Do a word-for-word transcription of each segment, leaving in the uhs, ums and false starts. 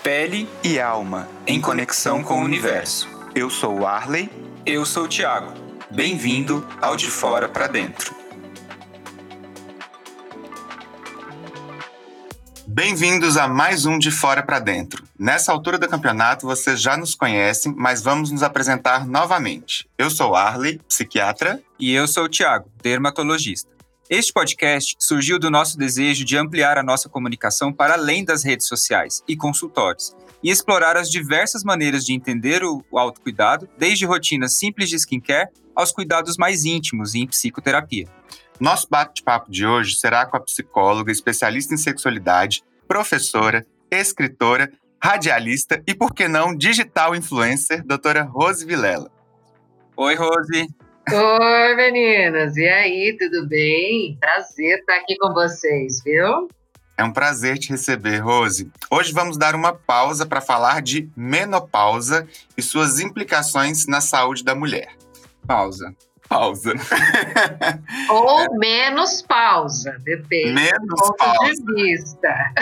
Pele e alma, em conexão com o universo. Eu sou o Arley. Eu sou o Thiago. Bem-vindo ao De Fora para Dentro. Bem-vindos a mais um De Fora para Dentro. Nessa altura do campeonato, vocês já nos conhecem, mas vamos nos apresentar novamente. Eu sou o Arley, psiquiatra. E eu sou o Thiago, dermatologista. Este podcast surgiu do nosso desejo de ampliar a nossa comunicação para além das redes sociais e consultórios, e explorar as diversas maneiras de entender o autocuidado, desde rotinas simples de skincare aos cuidados mais íntimos em psicoterapia. Nosso bate-papo de hoje será com a psicóloga, especialista em sexualidade, professora, escritora, radialista e, por que não, digital influencer, doutora Rose Vilela. Oi, Rose! Oi, meninas! E aí, tudo bem? Prazer estar aqui com vocês, viu? É um prazer te receber, Rose. Hoje vamos dar uma pausa para falar de menopausa e suas implicações na saúde da mulher. Pausa. Pausa. Ou é. menos pausa, depende menos do ponto pausa. de vista.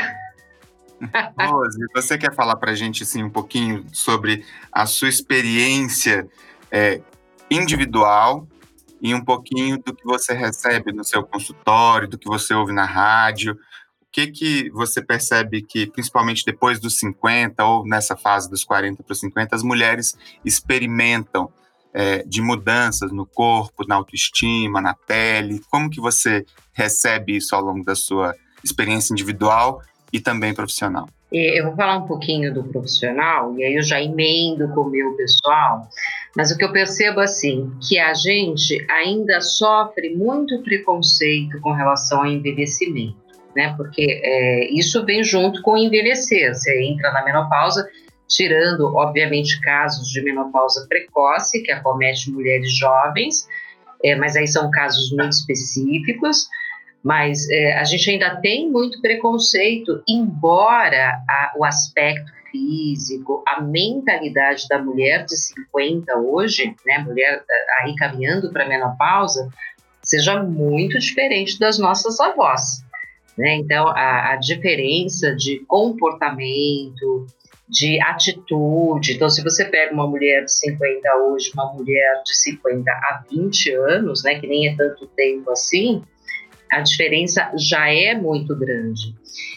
Rose, você quer falar para a gente assim, um pouquinho sobre a sua experiência é, individual e um pouquinho do que você recebe no seu consultório, do que você ouve na rádio? O que, que você percebe que, principalmente depois dos cinquenta ou nessa fase dos quarenta para os cinquenta, as mulheres experimentam é, de mudanças no corpo, na autoestima, na pele? Como que você recebe isso ao longo da sua experiência individual e também profissional? Eu vou falar um pouquinho do profissional, e aí eu já emendo com o meu pessoal, mas o que eu percebo assim, que a gente ainda sofre muito preconceito com relação ao envelhecimento, né? Porque é, isso vem junto com o envelhecer. Você entra na menopausa, tirando, obviamente, casos de menopausa precoce, que acomete mulheres jovens, é, mas aí são casos muito específicos. Mas é, a gente ainda tem muito preconceito, embora a, o aspecto físico, a mentalidade da mulher de cinquenta hoje, né, mulher aí caminhando para a menopausa, seja muito diferente das nossas avós, né? Então, a, a diferença de comportamento, de atitude. Então, se você pega uma mulher de cinquenta hoje, uma mulher de cinquenta há vinte anos, né, que nem é tanto tempo assim, a diferença já é muito grande.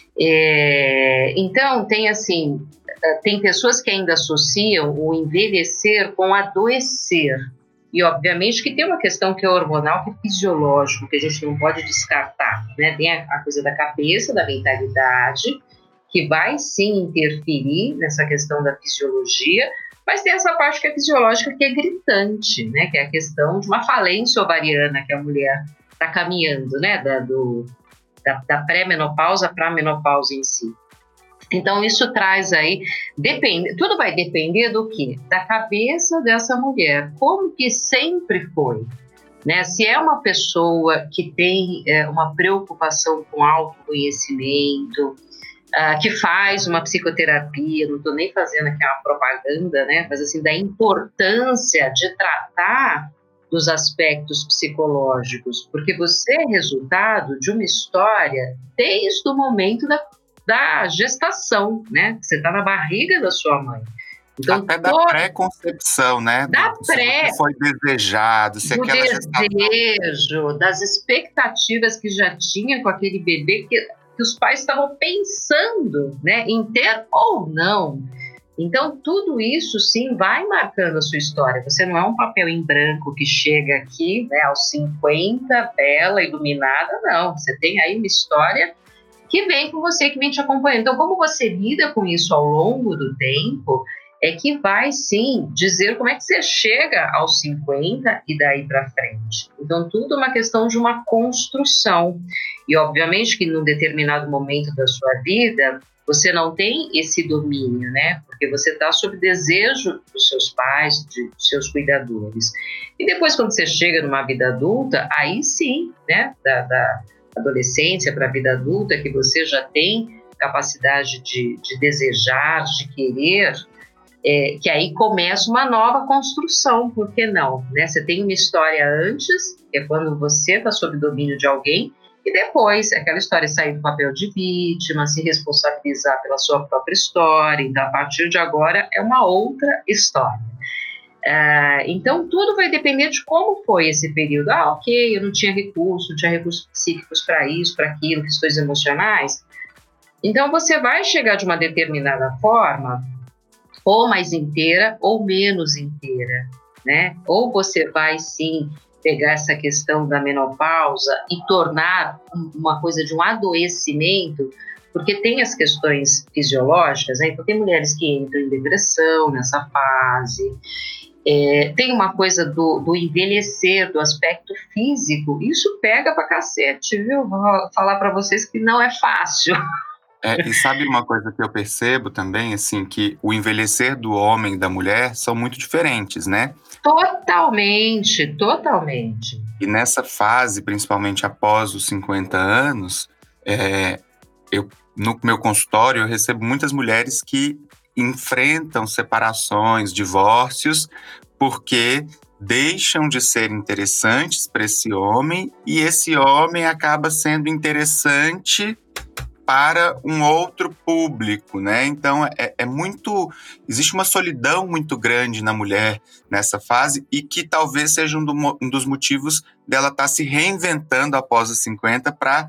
É, então, tem assim, tem pessoas que ainda associam o envelhecer com adoecer. E, obviamente, que tem uma questão que é hormonal, que é fisiológico, que a gente não pode descartar, né? Tem a, a coisa da cabeça, da mentalidade, que vai, sim, interferir nessa questão da fisiologia, mas tem essa parte que é fisiológica, que é gritante, né? Que é a questão de uma falência ovariana que a mulher está caminhando, né, da, do, da, da pré-menopausa para a menopausa em si. Então, isso traz aí, depende, tudo vai depender do quê? Da cabeça dessa mulher, como que sempre foi, né? Se é uma pessoa que tem é, uma preocupação com autoconhecimento, uh, que faz uma psicoterapia, não estou nem fazendo aqui uma propaganda, né, mas assim, da importância de tratar dos aspectos psicológicos, porque você é resultado de uma história desde o momento da, da gestação, né? Você está na barriga da sua mãe. Então, até da toda... pré-concepção, né? Da do, pré... Se foi desejado, se do aquela desejo, gestação... das expectativas que já tinha com aquele bebê, que, que os pais estavam pensando, né, em ter ou não. Então, tudo isso, sim, vai marcando a sua história. Você não é um papel em branco que chega aqui, né, aos cinquenta, bela, iluminada, não. Você tem aí uma história que vem com você, que vem te acompanhando. Então, como você lida com isso ao longo do tempo, é que vai, sim, dizer como é que você chega aos cinquenta e daí para frente. Então, tudo é uma questão de uma construção. E, obviamente, que num determinado momento da sua vida, você não tem esse domínio, né? Porque você está sob desejo dos seus pais, de, dos seus cuidadores. E depois, quando você chega numa vida adulta, aí sim, né? Da, da adolescência para a vida adulta, que você já tem capacidade de, de desejar, de querer, é, que aí começa uma nova construção, por que não? Né? Você tem uma história antes, que é quando você está sob domínio de alguém, E depois, aquela história, sair do papel de vítima, se responsabilizar pela sua própria história. Então, a partir de agora, é uma outra história. Uh, então, tudo vai depender de como foi esse período. Ah, ok, eu não tinha recurso, não tinha recursos psíquicos para isso, para aquilo, questões emocionais. Então, você vai chegar de uma determinada forma, ou mais inteira, ou menos inteira, né? Ou você vai, sim, pegar essa questão da menopausa e tornar uma coisa de um adoecimento, porque tem as questões fisiológicas, né? Então tem mulheres que entram em depressão nessa fase, é, tem uma coisa do, do envelhecer, do aspecto físico, isso pega pra cacete, viu? Vou falar pra vocês que não é fácil. É, e sabe uma coisa que eu percebo também, assim, que o envelhecer do homem e da mulher são muito diferentes, né? Totalmente, totalmente. E nessa fase, principalmente após os cinquenta anos, é, eu, no meu consultório, eu recebo muitas mulheres que enfrentam separações, divórcios, porque deixam de ser interessantes para esse homem e esse homem acaba sendo interessante para um outro público, né? Então, é, é muito... Existe uma solidão muito grande na mulher nessa fase e que talvez seja um, do, um dos motivos dela estar tá se reinventando após os cinquenta para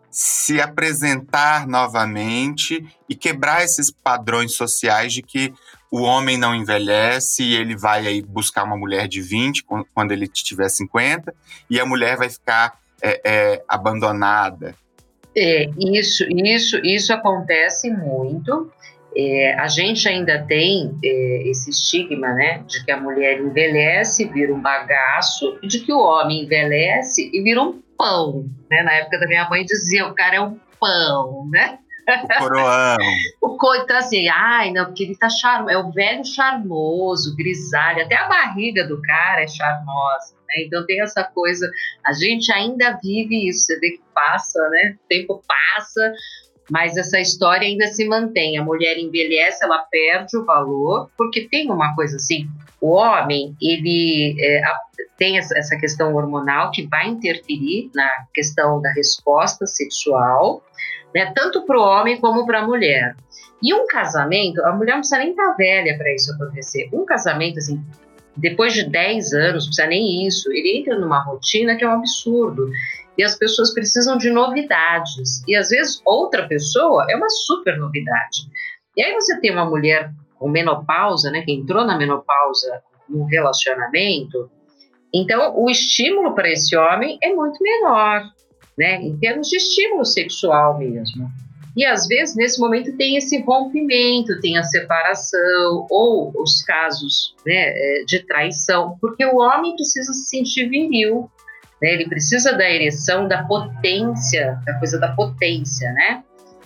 se apresentar novamente e quebrar esses padrões sociais de que o homem não envelhece e ele vai aí buscar uma mulher de vinte quando ele tiver cinquenta e a mulher vai ficar é, é, abandonada. É, isso, isso, isso acontece muito. É, a gente ainda tem é, esse estigma, né, de que a mulher envelhece e vira um bagaço, e de que o homem envelhece e vira um pão, né? Na época da minha mãe dizia, o cara é um pão, né? O coroão. O co... Então assim, ai, não, porque ele tá charmoso, é o velho charmoso, grisalho, até a barriga do cara é charmosa. Então tem essa coisa, a gente ainda vive isso, você vê que passa, né? O tempo passa, mas essa história ainda se mantém. A mulher envelhece, ela perde o valor, porque tem uma coisa assim, o homem, ele é, tem essa questão hormonal que vai interferir na questão da resposta sexual, né? Tanto para o homem como para a mulher. E um casamento, a mulher não precisa nem estar velha para isso acontecer. Um casamento, assim, depois de dez anos, não precisa nem isso, ele entra numa rotina que é um absurdo. E as pessoas precisam de novidades. E às vezes outra pessoa é uma super novidade. E aí você tem uma mulher com menopausa, né, que entrou na menopausa num relacionamento, então o estímulo para esse homem é muito menor, né, em termos de estímulo sexual mesmo. E às vezes nesse momento tem esse rompimento, tem a separação ou os casos, né, de traição, porque o homem precisa se sentir viril, né, ele precisa da ereção, da potência, da coisa da potência, né?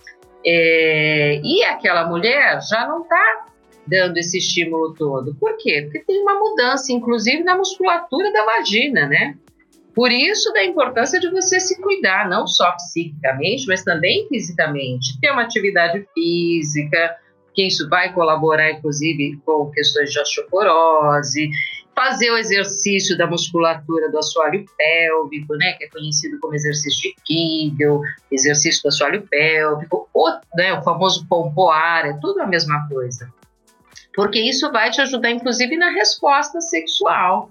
É, e aquela mulher já não está dando esse estímulo todo. Por quê? Porque tem uma mudança, inclusive na musculatura da vagina, né? Por isso da importância de você se cuidar, não só psiquicamente, mas também fisicamente. Ter uma atividade física, que isso vai colaborar, inclusive, com questões de osteoporose, fazer o exercício da musculatura do assoalho pélvico, né, que é conhecido como exercício de Kegel, exercício do assoalho pélvico, ou, né, o famoso pompoar, é tudo a mesma coisa. Porque isso vai te ajudar, inclusive, na resposta sexual.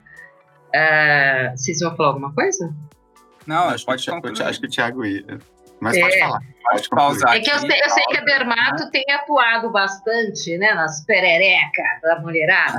Uh, vocês vão falar alguma coisa? Não, acho pode que, concluir. Acho que o Thiago ia. Mas é. pode falar. Pode pausar. É que eu sei, eu sei que a Dermato, né, tem atuado bastante, né, nas pererecas da mulherada.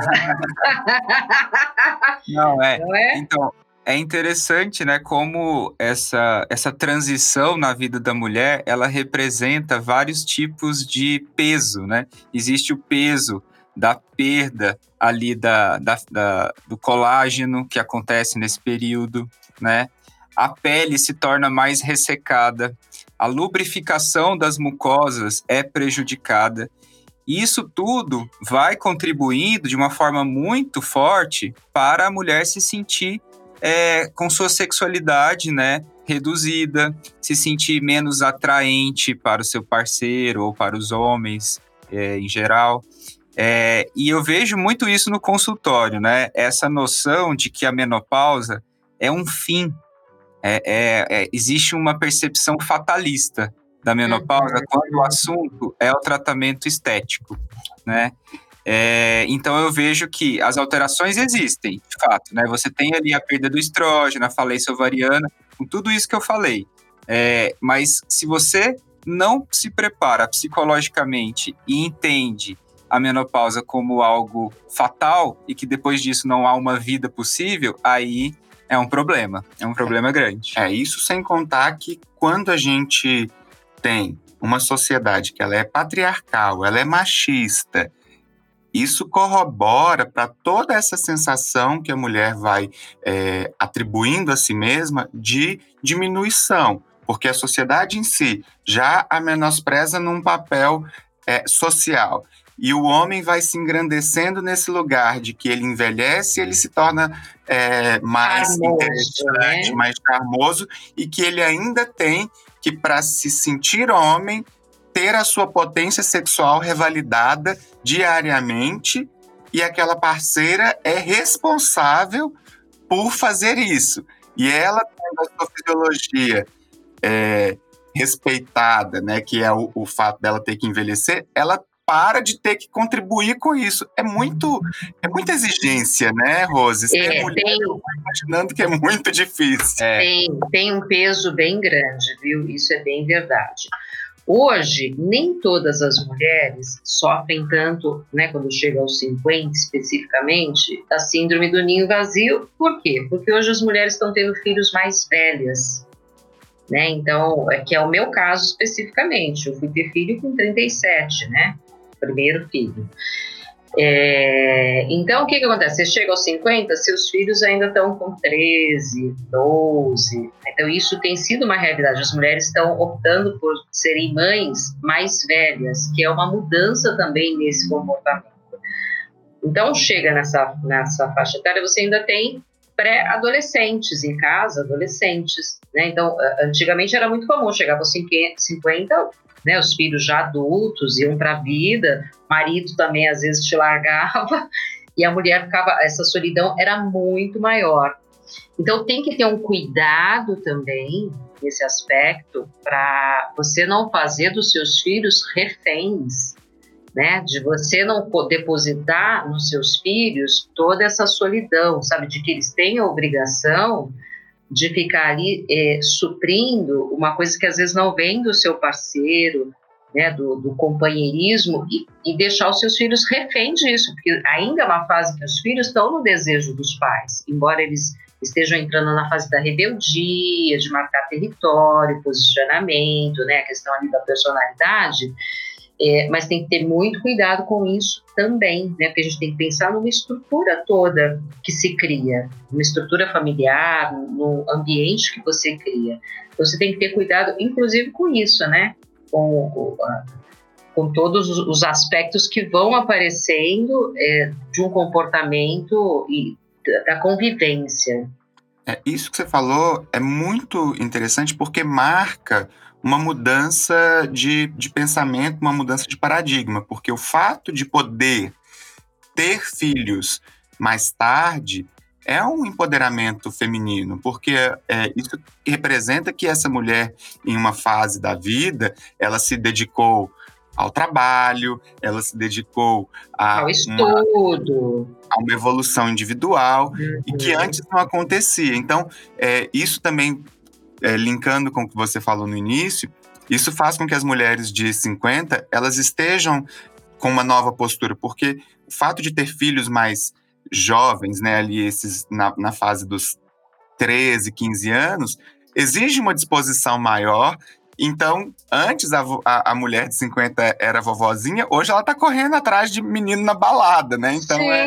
Não, é. Não é? Então, é interessante, né, como essa, essa transição na vida da mulher, ela representa vários tipos de peso, né? Existe o peso da perda ali da, da, da, do colágeno que acontece nesse período, né? A pele se torna mais ressecada, a lubrificação das mucosas é prejudicada. E isso tudo vai contribuindo de uma forma muito forte para a mulher se sentir é, com sua sexualidade, né, reduzida, se sentir menos atraente para o seu parceiro ou para os homens é, em geral. É, e eu vejo muito isso no consultório, né? Essa noção de que a menopausa é um fim, É, é, é, existe uma percepção fatalista da menopausa uhum. quando o assunto é o tratamento estético, né? É, então eu vejo que as alterações existem, de fato, né? Você tem ali a perda do estrógeno, a falência ovariana, com tudo isso que eu falei. É, mas se você não se prepara psicologicamente e entende a menopausa como algo fatal e que depois disso não há uma vida possível, aí é um problema, é um problema grande. É, isso sem contar que quando a gente tem uma sociedade que ela é patriarcal, ela é machista, isso corrobora para toda essa sensação que a mulher vai é, atribuindo a si mesma de diminuição, porque a sociedade em si já a menospreza num papel é, social. E o homem vai se engrandecendo nesse lugar de que ele envelhece, ele se torna é, mais charmoso, interessante, né? mais charmoso, e que ele ainda tem que, para se sentir homem, ter a sua potência sexual revalidada diariamente, e aquela parceira é responsável por fazer isso. E ela, tendo a sua fisiologia é, respeitada, né, que é o, o fato dela ter que envelhecer, ela para de ter que contribuir com isso. É muito, é muita exigência, né, Rose? Ser é, mulher, tem, eu tô imaginando que é muito difícil. É. Tem, tem um peso bem grande, viu? Isso é bem verdade. Hoje, nem todas as mulheres sofrem tanto, né, quando chega aos cinquenta especificamente, a síndrome do ninho vazio. Por quê? Porque hoje as mulheres estão tendo filhos mais velhas, né? Então, é que é o meu caso especificamente. Eu fui ter filho com trinta e sete, né? Primeiro filho. É, então, o que que acontece? Você chega aos cinquenta, seus filhos ainda estão com treze, doze. Então, isso tem sido uma realidade. As mulheres estão optando por serem mães mais velhas, que é uma mudança também nesse comportamento. Então, chega nessa, nessa faixa etária, você ainda tem pré-adolescentes em casa, adolescentes, né? Então, antigamente era muito comum, chegava aos cinquenta, né, os filhos já adultos iam para a vida, marido também às vezes te largava, e a mulher ficava, essa solidão era muito maior. Então tem que ter um cuidado também nesse aspecto para você não fazer dos seus filhos reféns, né, de você não depositar nos seus filhos toda essa solidão, sabe, de que eles têm a obrigação de ficar ali é, suprindo uma coisa que às vezes não vem do seu parceiro, né, do, do companheirismo, e, e deixar os seus filhos refém disso, porque ainda é uma fase que os filhos estão no desejo dos pais, embora eles estejam entrando na fase da rebeldia, de marcar território, posicionamento, né, a questão ali da personalidade. É, mas tem que ter muito cuidado com isso também, né? Porque a gente tem que pensar numa estrutura toda que se cria, uma estrutura familiar, no ambiente que você cria. Então, você tem que ter cuidado, inclusive, com isso, né? Com, com todos os aspectos que vão aparecendo é, de um comportamento e da convivência. É, isso que você falou é muito interessante porque marca uma mudança de, de pensamento, uma mudança de paradigma, porque o fato de poder ter filhos mais tarde é um empoderamento feminino, porque é, isso representa que essa mulher, em uma fase da vida, ela se dedicou ao trabalho, ela se dedicou a ao estudo, uma, a uma evolução individual, uhum. e que antes não acontecia. Então, é, isso também, é, linkando com o que você falou no início, isso faz com que as mulheres de cinquenta, elas estejam com uma nova postura, porque o fato de ter filhos mais jovens, né, ali esses, na, na fase dos treze, quinze anos, exige uma disposição maior. Então, antes a, a, a mulher de cinquenta era vovozinha, hoje ela tá correndo atrás de menino na balada, né? Então Sim,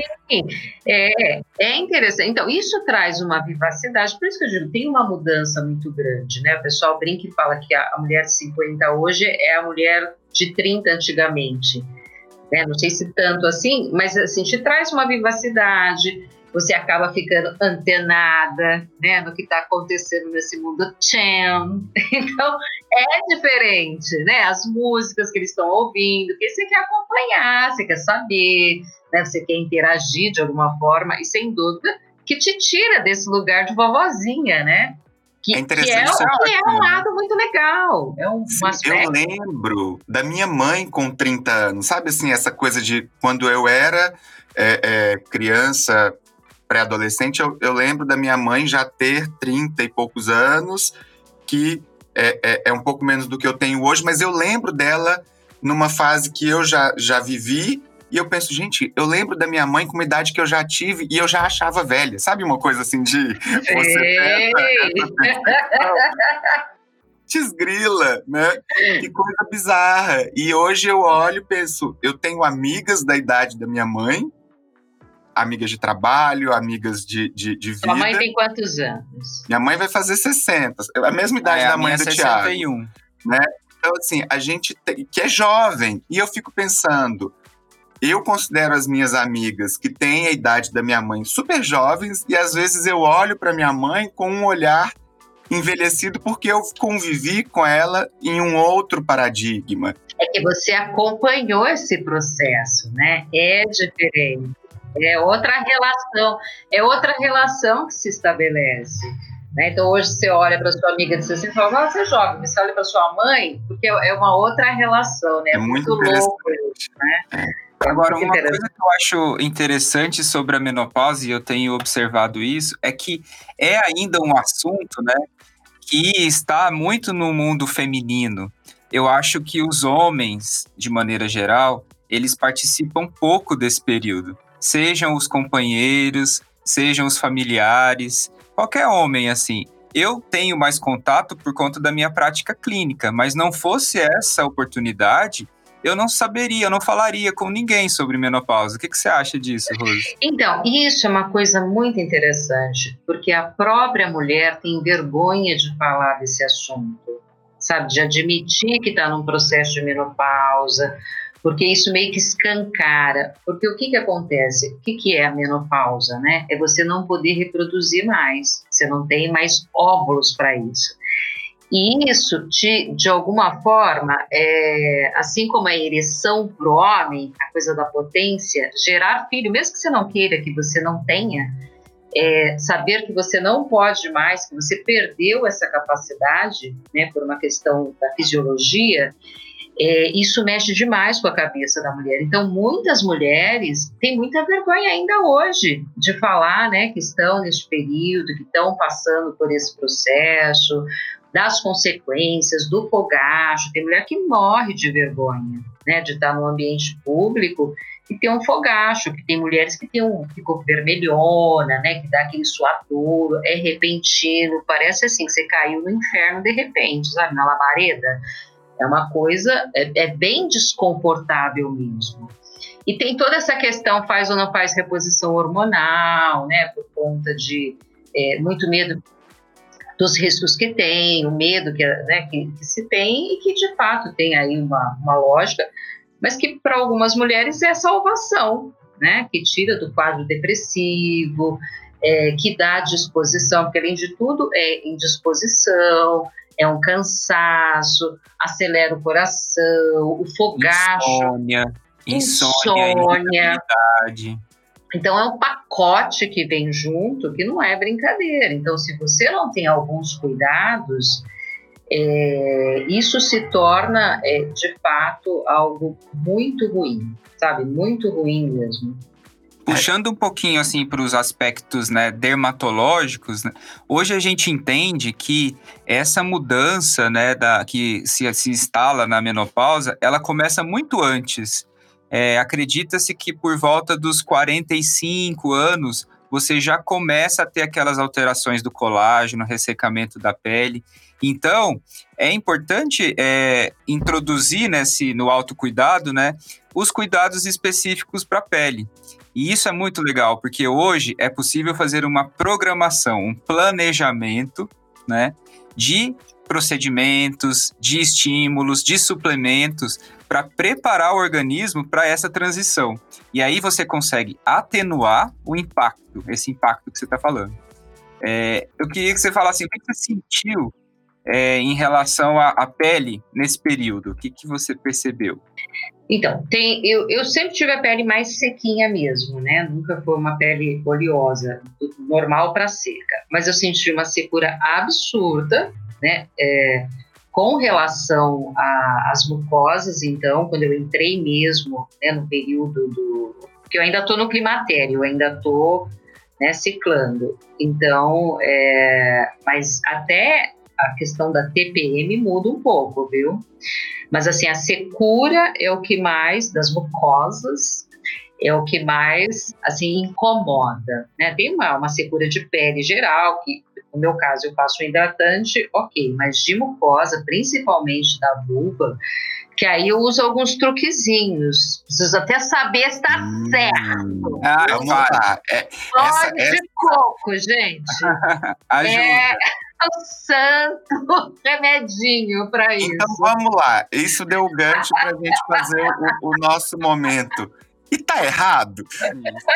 é... é, é interessante. Então, isso traz uma vivacidade, por isso que eu digo, tem uma mudança muito grande, né? O pessoal brinca e fala que a, a mulher de cinquenta hoje é a mulher de trinta antigamente, né? Não sei se tanto assim, mas assim, te traz uma vivacidade, você acaba ficando antenada, né, no que está acontecendo nesse mundo tchan. Então, é diferente, né, as músicas que eles estão ouvindo, que você quer acompanhar, você quer saber, né, você quer interagir de alguma forma, e sem dúvida que te tira desse lugar de vovozinha, né, Que é que é, interessante você que é um falar, né? lado muito legal, é um, um Sim, eu aspecto. lembro da minha mãe com trinta anos, sabe assim, essa coisa de quando eu era é, é, criança, pré-adolescente, eu, eu lembro da minha mãe já ter trinta e poucos anos, que é, é, é um pouco menos do que eu tenho hoje, mas eu lembro dela numa fase que eu já, já vivi, e eu penso, gente, eu lembro da minha mãe com uma idade que eu já tive e eu já achava velha, sabe uma coisa assim de você ter Sei. essa percepção? Desgrila, né? Que coisa bizarra. E hoje eu olho e penso, eu tenho amigas da idade da minha mãe, amigas de trabalho, amigas de, de, de Sua mãe vida. tem quantos anos? Minha mãe vai fazer sessenta, a mesma Ah, idade é, a da minha mãe é do sessenta Thiago, e um. né? Então, assim, a gente tem, que é jovem, e eu fico pensando, eu considero as minhas amigas que têm a idade da minha mãe super jovens, e às vezes eu olho para minha mãe com um olhar envelhecido porque eu convivi com ela em um outro paradigma. É que você acompanhou esse processo, né? É diferente. É outra relação, é outra relação que se estabelece. Né? Então, hoje você olha para sua amiga e diz assim, fala, você é jovem, você olha para sua mãe, porque é uma outra relação, né? É É muito muito interessante. louco isso, né? É. É Agora, muito uma interessante. coisa que eu acho interessante sobre a menopausa, e eu tenho observado isso, é que é ainda um assunto, né, que está muito no mundo feminino. Eu acho que os homens, de maneira geral, eles participam pouco desse período. Sejam os companheiros, sejam os familiares, qualquer homem, assim. Eu tenho mais contato por conta da minha prática clínica, mas não fosse essa oportunidade, eu não saberia, eu não falaria com ninguém sobre menopausa. O que, que você acha disso, Rose? Então, isso é uma coisa muito interessante, porque a própria mulher tem vergonha de falar desse assunto, sabe? De admitir que está num processo de menopausa, porque isso meio que escancara. Porque o que, que acontece? O que, que é a menopausa, né? É você não poder reproduzir mais, você não tem mais óvulos para isso. E isso, de, de alguma forma, é, assim como a ereção para o homem, a coisa da potência, gerar filho, mesmo que você não queira que você não tenha, é, saber que você não pode mais, que você perdeu essa capacidade, né, por uma questão da fisiologia, é, isso mexe demais com a cabeça da mulher. Então, muitas mulheres têm muita vergonha ainda hoje de falar, né, que estão nesse período, que estão passando por esse processo, das consequências, do fogacho. Tem mulher que morre de vergonha, né, de estar no ambiente público e ter um fogacho, que tem mulheres que têm um, ficou vermelhona, né, que dá aquele suadouro, é repentino, parece assim, que você caiu no inferno de repente, sabe, na labareda. É uma coisa, é, é bem desconfortável mesmo. E tem toda essa questão, faz ou não faz reposição hormonal, né, por conta de é, muito medo dos riscos que tem, o medo que, né, que, que se tem e que de fato tem aí uma, uma lógica, mas que para algumas mulheres é salvação, né, que tira do quadro depressivo, é, que dá disposição, porque além de tudo é indisposição, é um cansaço, acelera o coração, o fogacho, Insônia, insônia, insônia. irritabilidade. Então, é um pacote que vem junto que não é brincadeira. Então, se você não tem alguns cuidados, é, isso se torna, é, de fato, algo muito ruim, sabe? Muito ruim mesmo. Puxando um pouquinho assim para os aspectos, né, dermatológicos, né, hoje a gente entende que essa mudança, né, da, que se, se instala na menopausa, ela começa muito antes. É, acredita-se que por volta dos quarenta e cinco anos você já começa a ter aquelas alterações do colágeno, ressecamento da pele. Então, é importante é, introduzir nesse, no autocuidado, né, os cuidados específicos para a pele. E isso é muito legal, porque hoje é possível fazer uma programação, um planejamento, né, de procedimentos, de estímulos, de suplementos, para preparar o organismo para essa transição. E aí você consegue atenuar o impacto, esse impacto que você está falando. É, eu queria que você falasse, o que você sentiu é, em relação à, à pele nesse período? O que, que você percebeu? Então, tem, eu, eu sempre tive a pele mais sequinha mesmo, né? Nunca foi uma pele oleosa, normal para seca. Mas eu senti uma secura absurda, né? É, com relação às mucosas, então, quando eu entrei mesmo, né, no período do... Porque eu ainda estou no climatério, eu ainda estou, né, ciclando. Então, é, mas até a questão da T P M muda um pouco, viu? Mas, assim, a secura é o que mais, das mucosas, é o que mais, assim, incomoda, né? Tem uma, uma secura de pele geral, que, no meu caso, eu faço um hidratante, ok, mas de mucosa, principalmente da vulva, que aí eu uso alguns truquezinhos, preciso até saber se tá hum, certo. Ah, vamos lá. É, essa, de essa... coco, gente. é o santo remedinho para isso. Então vamos lá, isso deu o gancho para a gente fazer o, o nosso momento. E tá errado? Tá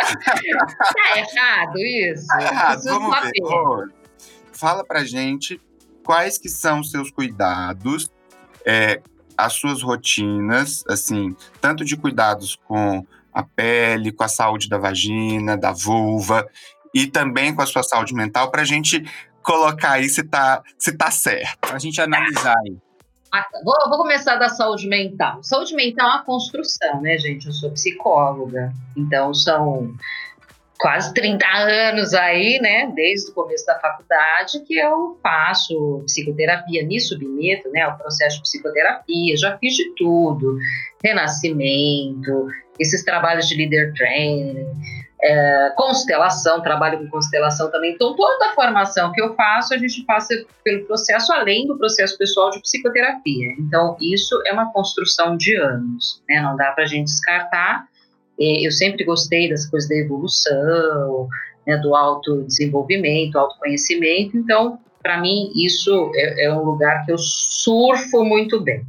errado isso? Tá errado, vamos ver. Oh, fala pra gente quais que são os seus cuidados, é, as suas rotinas, assim, tanto de cuidados com a pele, com a saúde da vagina, da vulva, e também com a sua saúde mental, pra gente colocar aí se tá, se tá certo. Pra gente analisar aí. Ah, vou, vou começar da saúde mental. Saúde mental é uma construção, né, gente? Eu sou psicóloga, então são quase trinta anos aí, né, desde o começo da faculdade, que eu faço psicoterapia, me submeto, né, ao processo de psicoterapia, já fiz de tudo, renascimento, esses trabalhos de leader training, é, constelação, trabalho com constelação também. Então, toda a formação que eu faço, a gente passa pelo processo, além do processo pessoal de psicoterapia. Então, isso é uma construção de anos, né, não dá para a gente descartar. Eu sempre gostei das coisas da evolução, né, do autodesenvolvimento, autoconhecimento. Então, para mim, isso é, é um lugar que eu surfo muito bem.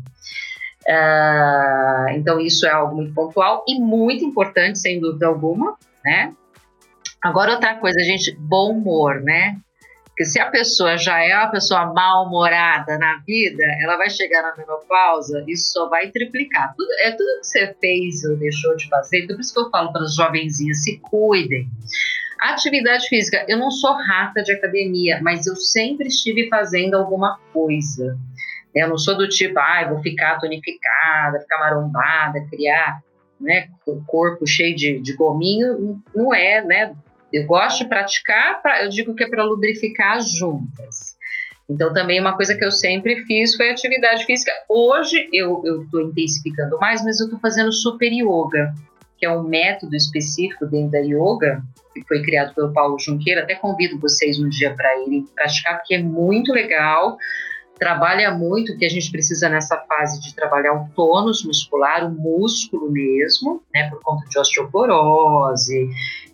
Uh, então, isso é algo muito pontual e muito importante, sem dúvida alguma, né? Agora, outra coisa, gente, bom humor, né? Porque se a pessoa já é uma pessoa mal-humorada na vida, ela vai chegar na menopausa e só vai triplicar. Tudo, é tudo que você fez ou deixou de fazer. Então, por isso que eu falo para as jovenzinhas, se cuidem. Atividade física, eu não sou rata de academia, mas eu sempre estive fazendo alguma coisa. Eu não sou do tipo, ah, vou ficar tonificada, ficar marombada, criar, né, o corpo cheio de, de gominho. Não é, né? Eu gosto de praticar, pra, eu digo que é para lubrificar as juntas. Então, também uma coisa que eu sempre fiz foi atividade física. Hoje eu estou intensificando mais, mas eu estou fazendo super yoga, que é um método específico dentro da yoga, que foi criado pelo Paulo Junqueira. Até convido vocês um dia para irem praticar, porque é muito legal. Trabalha muito, o que a gente precisa nessa fase de trabalhar o tônus muscular, o músculo mesmo, né, por conta de osteoporose,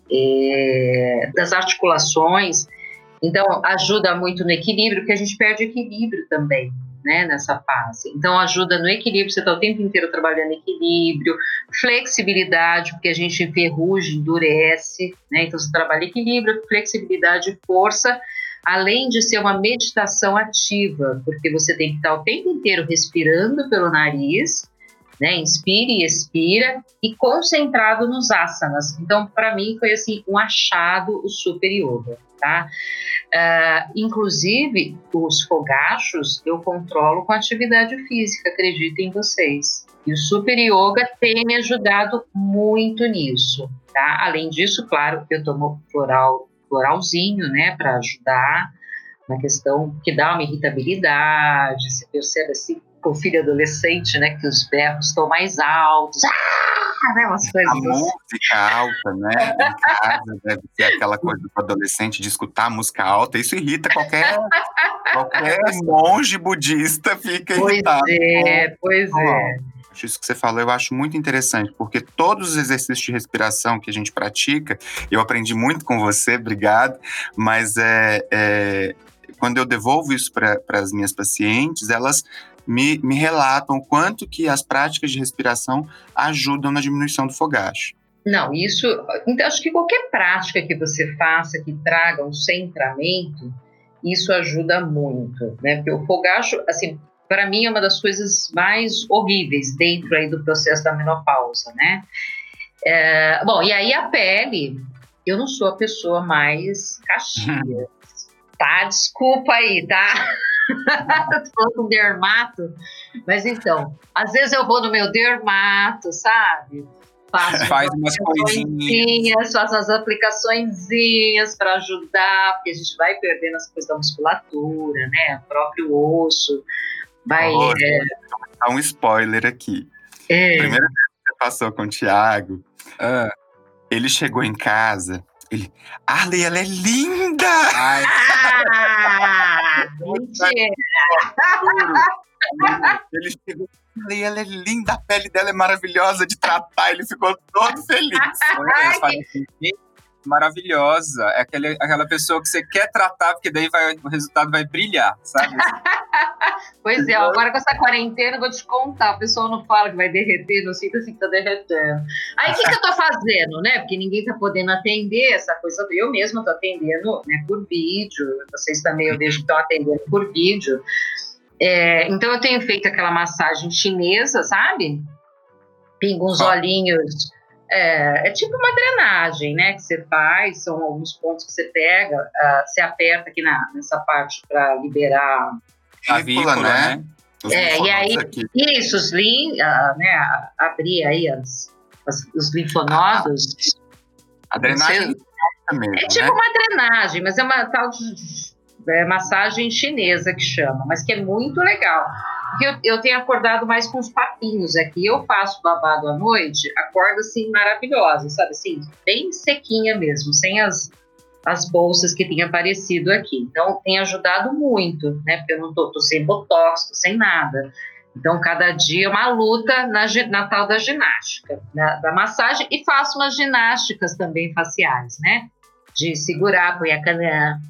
é, das articulações. Então, ajuda muito no equilíbrio, porque a gente perde equilíbrio também, né, nessa fase. Então, ajuda no equilíbrio, você está o tempo inteiro trabalhando equilíbrio, flexibilidade, porque a gente enferruja, endurece, né, então você trabalha equilíbrio, flexibilidade e força, além de ser uma meditação ativa, porque você tem que estar o tempo inteiro respirando pelo nariz, né, inspire e expira, e concentrado nos asanas. Então, para mim, foi assim, um achado o Super Yoga, tá? Uh, inclusive, os fogachos eu controlo com atividade física, acreditem vocês. E o Super Yoga tem me ajudado muito nisso, tá? Além disso, claro, eu tomo floral floralzinho, né, para ajudar na questão que dá uma irritabilidade, você percebe assim, com o filho adolescente, né, que os berros estão mais altos, ah, né, umas coisas a assim. Música alta, né, em casa deve ser aquela coisa do adolescente de escutar música alta, isso irrita qualquer, qualquer monge budista, fica pois irritado. É, pois com, é, Isso que você falou eu acho muito interessante, porque todos os exercícios de respiração que a gente pratica, eu aprendi muito com você, obrigado, mas é, é, quando eu devolvo isso para as minhas pacientes, elas me, me relatam o quanto que as práticas de respiração ajudam na diminuição do fogacho. Não, isso, então acho que qualquer prática que você faça que traga um centramento, isso ajuda muito, né? Porque o fogacho, assim, para mim é uma das coisas mais horríveis dentro aí do processo da menopausa, né? É, bom, e aí a pele, eu não sou a pessoa mais caxias, tá? Desculpa aí, tá? Tô falando com dermato, mas então, às vezes eu vou no meu dermato, sabe? Faço Faz umas coisinhas, faço as aplicaçõezinhas para ajudar, porque a gente vai perdendo as coisas da musculatura, né? O próprio osso vai. Oh, é, Dá um spoiler aqui. é, Primeira vez que você passou com o Thiago, Ah, ele chegou em casa, ele, Arley, ela é linda! ai, Ah, mentira! Ele chegou, Arley, ela é linda, a pele dela é maravilhosa de tratar, ele ficou todo feliz. eu falei assim, "Gente, maravilhosa. É aquele, aquela pessoa que você quer tratar, porque daí vai, o resultado vai brilhar, sabe? Pois é, agora com essa quarentena eu vou te contar, o pessoal não fala que vai derreter, não sinto assim que tá derretendo. Aí o que, que eu tô fazendo, né? Porque ninguém tá podendo atender essa coisa, eu mesma tô atendendo, né, por vídeo, vocês também eu vejo que estão atendendo por vídeo. É, então eu tenho feito aquela massagem chinesa, sabe? Pinga uns Qual? olhinhos. É, é tipo uma drenagem, né? Que você faz, são alguns pontos que você pega, uh, você aperta aqui na, nessa parte para liberar. A vícula, né? Os É, e aí, linfonodos aqui. isso, os lin, uh, né? a- Abrir aí as, as- os linfonodos. A drenagem Não sei, mesmo, é tipo né? uma drenagem, mas é uma tal de é, massagem chinesa que chama, mas que é muito legal. Porque eu, eu tenho acordado mais com os papinhos aqui. Eu faço babado à noite, acordo assim maravilhosa, sabe assim, bem sequinha mesmo, sem as, as bolsas que tem aparecido aqui. Então tem ajudado muito, né? Porque eu não tô, tô sem botox, tô sem nada. Então, cada dia é uma luta na, gi- na tal da ginástica, na- da massagem, e faço umas ginásticas também faciais, né? De segurar, põe a caneta.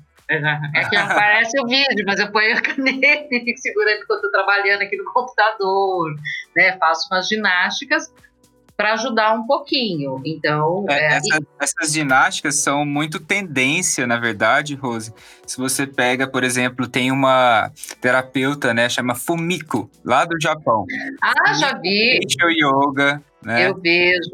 É que não aparece o vídeo, mas eu ponho a caneta e fico segurando enquanto estou trabalhando aqui no computador, né? Faço umas ginásticas para ajudar um pouquinho. Então, É, é, essa- essas ginásticas são muito tendência, na verdade, Rose. Se você pega, por exemplo, tem uma terapeuta, né, chama Fumiko, lá do Japão. ah, já vi, Facial Yoga, né? eu vejo.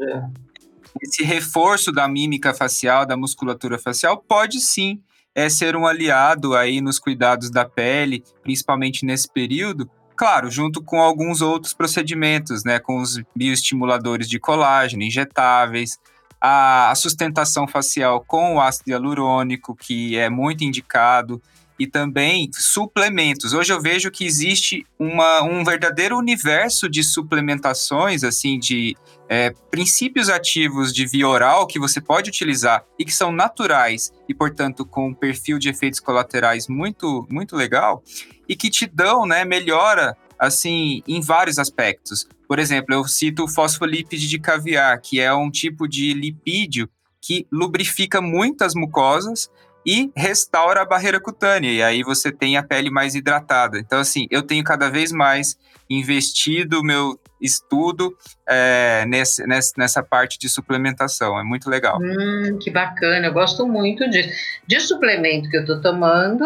Esse reforço da mímica facial, da musculatura facial, pode sim é, ser um aliado aí nos cuidados da pele, principalmente nesse período. Claro, junto com alguns outros procedimentos, né, com os bioestimuladores de colágeno, injetáveis, a, a sustentação facial com o ácido hialurônico, que é muito indicado, e também suplementos. Hoje eu vejo que existe uma, um verdadeiro universo de suplementações, assim, de é, princípios ativos de via oral que você pode utilizar e que são naturais e, portanto, com um perfil de efeitos colaterais muito, muito legal e que te dão, né, melhora, assim, em vários aspectos. Por exemplo, eu cito o fosfolípide de caviar, que é um tipo de lipídio que lubrifica muitas mucosas e restaura a barreira cutânea, e aí você tem a pele mais hidratada. Então, assim, eu tenho cada vez mais investido o meu estudo é, nesse, nessa parte de suplementação, é muito legal. Hum, que bacana, eu gosto muito disso. De suplemento que eu tô tomando,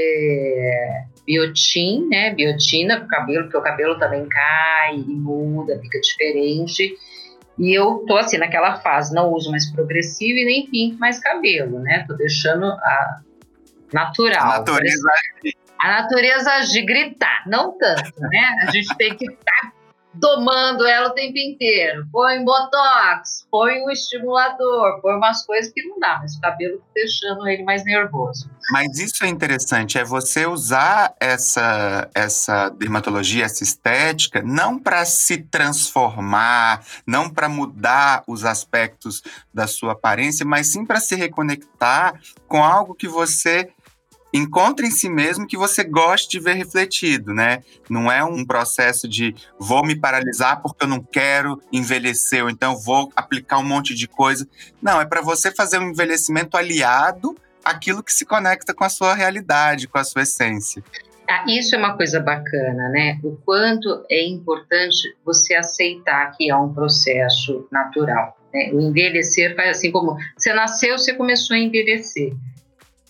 é biotin, né? Biotina pro cabelo, porque o cabelo também cai e muda, fica diferente. E eu tô assim, naquela fase, não uso mais progressivo e nem pinto mais cabelo, né? Tô deixando a natural. A natureza A natureza agir, gritar, não tanto, né? A gente tem que estar domando ela o tempo inteiro. Põe botox, põe um estimulador, põe umas coisas que não dá, mas o cabelo tá deixando ele mais nervoso. Mas isso é interessante, é você usar essa, essa dermatologia, essa estética, não para se transformar, não para mudar os aspectos da sua aparência, mas sim para se reconectar com algo que você encontra em si mesmo, que você goste de ver refletido, né? Não é um processo de vou me paralisar porque eu não quero envelhecer, ou então vou aplicar um monte de coisa. Não, é para você fazer um envelhecimento aliado àquilo que se conecta com a sua realidade, com a sua essência. Ah, isso é uma coisa bacana, né? O quanto é importante você aceitar que é um processo natural, né? O envelhecer faz assim como você nasceu, você começou a envelhecer.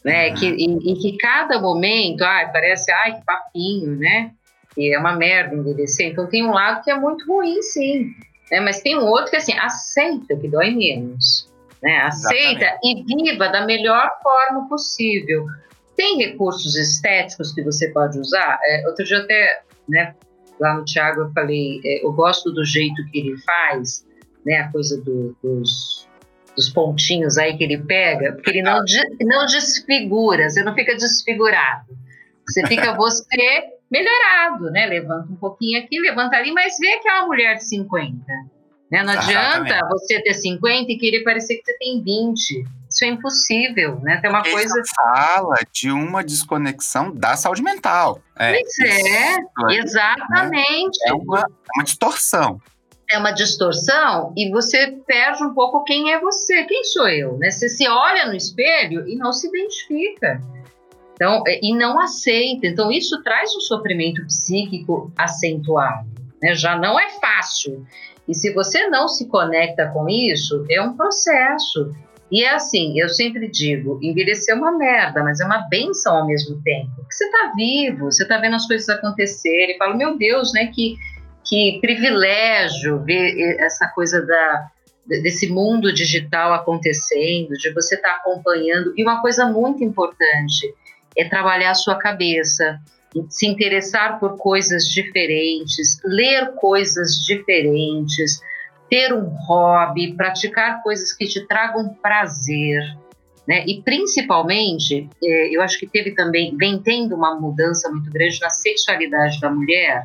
né? Uhum. Que, e, e que cada momento, ai, parece, ai, que papinho, né? E é uma merda envelhecer. Então tem um lado que é muito ruim, sim, né? Mas tem um outro que, assim, aceita que dói menos, né? Aceita Exatamente. e viva da melhor forma possível. Tem recursos estéticos que você pode usar. É, outro dia até, né, lá no Thiago eu falei, é, eu gosto do jeito que ele faz, né, a coisa do, dos, dos pontinhos aí que ele pega, porque ele não, não desfigura, você não fica desfigurado. Você fica você melhorado, né? Levanta um pouquinho aqui, levanta ali, mas vê que é uma mulher de cinquenta. Né? Não Exatamente. adianta você ter cinquenta e querer parecer que você tem vinte. Isso é impossível, né? Tem uma Porque coisa... isso fala de uma desconexão da saúde mental. É. Pois é, aí, exatamente. Né? É, uma, é uma distorção. É uma distorção e você perde um pouco quem é você, quem sou eu, né? Você se olha no espelho e não se identifica. Então, e não aceita. Então, isso traz um sofrimento psíquico acentuado, né? Já não é fácil. E se você não se conecta com isso, é um processo. E é assim, eu sempre digo, envelhecer é uma merda, mas é uma benção ao mesmo tempo. Porque você está vivo, você está vendo as coisas acontecerem. E fala, meu Deus, né? Que, que privilégio ver essa coisa da... desse mundo digital acontecendo, de você estar acompanhando. E uma coisa muito importante é trabalhar a sua cabeça, se interessar por coisas diferentes, ler coisas diferentes, ter um hobby, praticar coisas que te tragam prazer, né? E principalmente, eu acho que teve também, vem tendo uma mudança muito grande na sexualidade da mulher,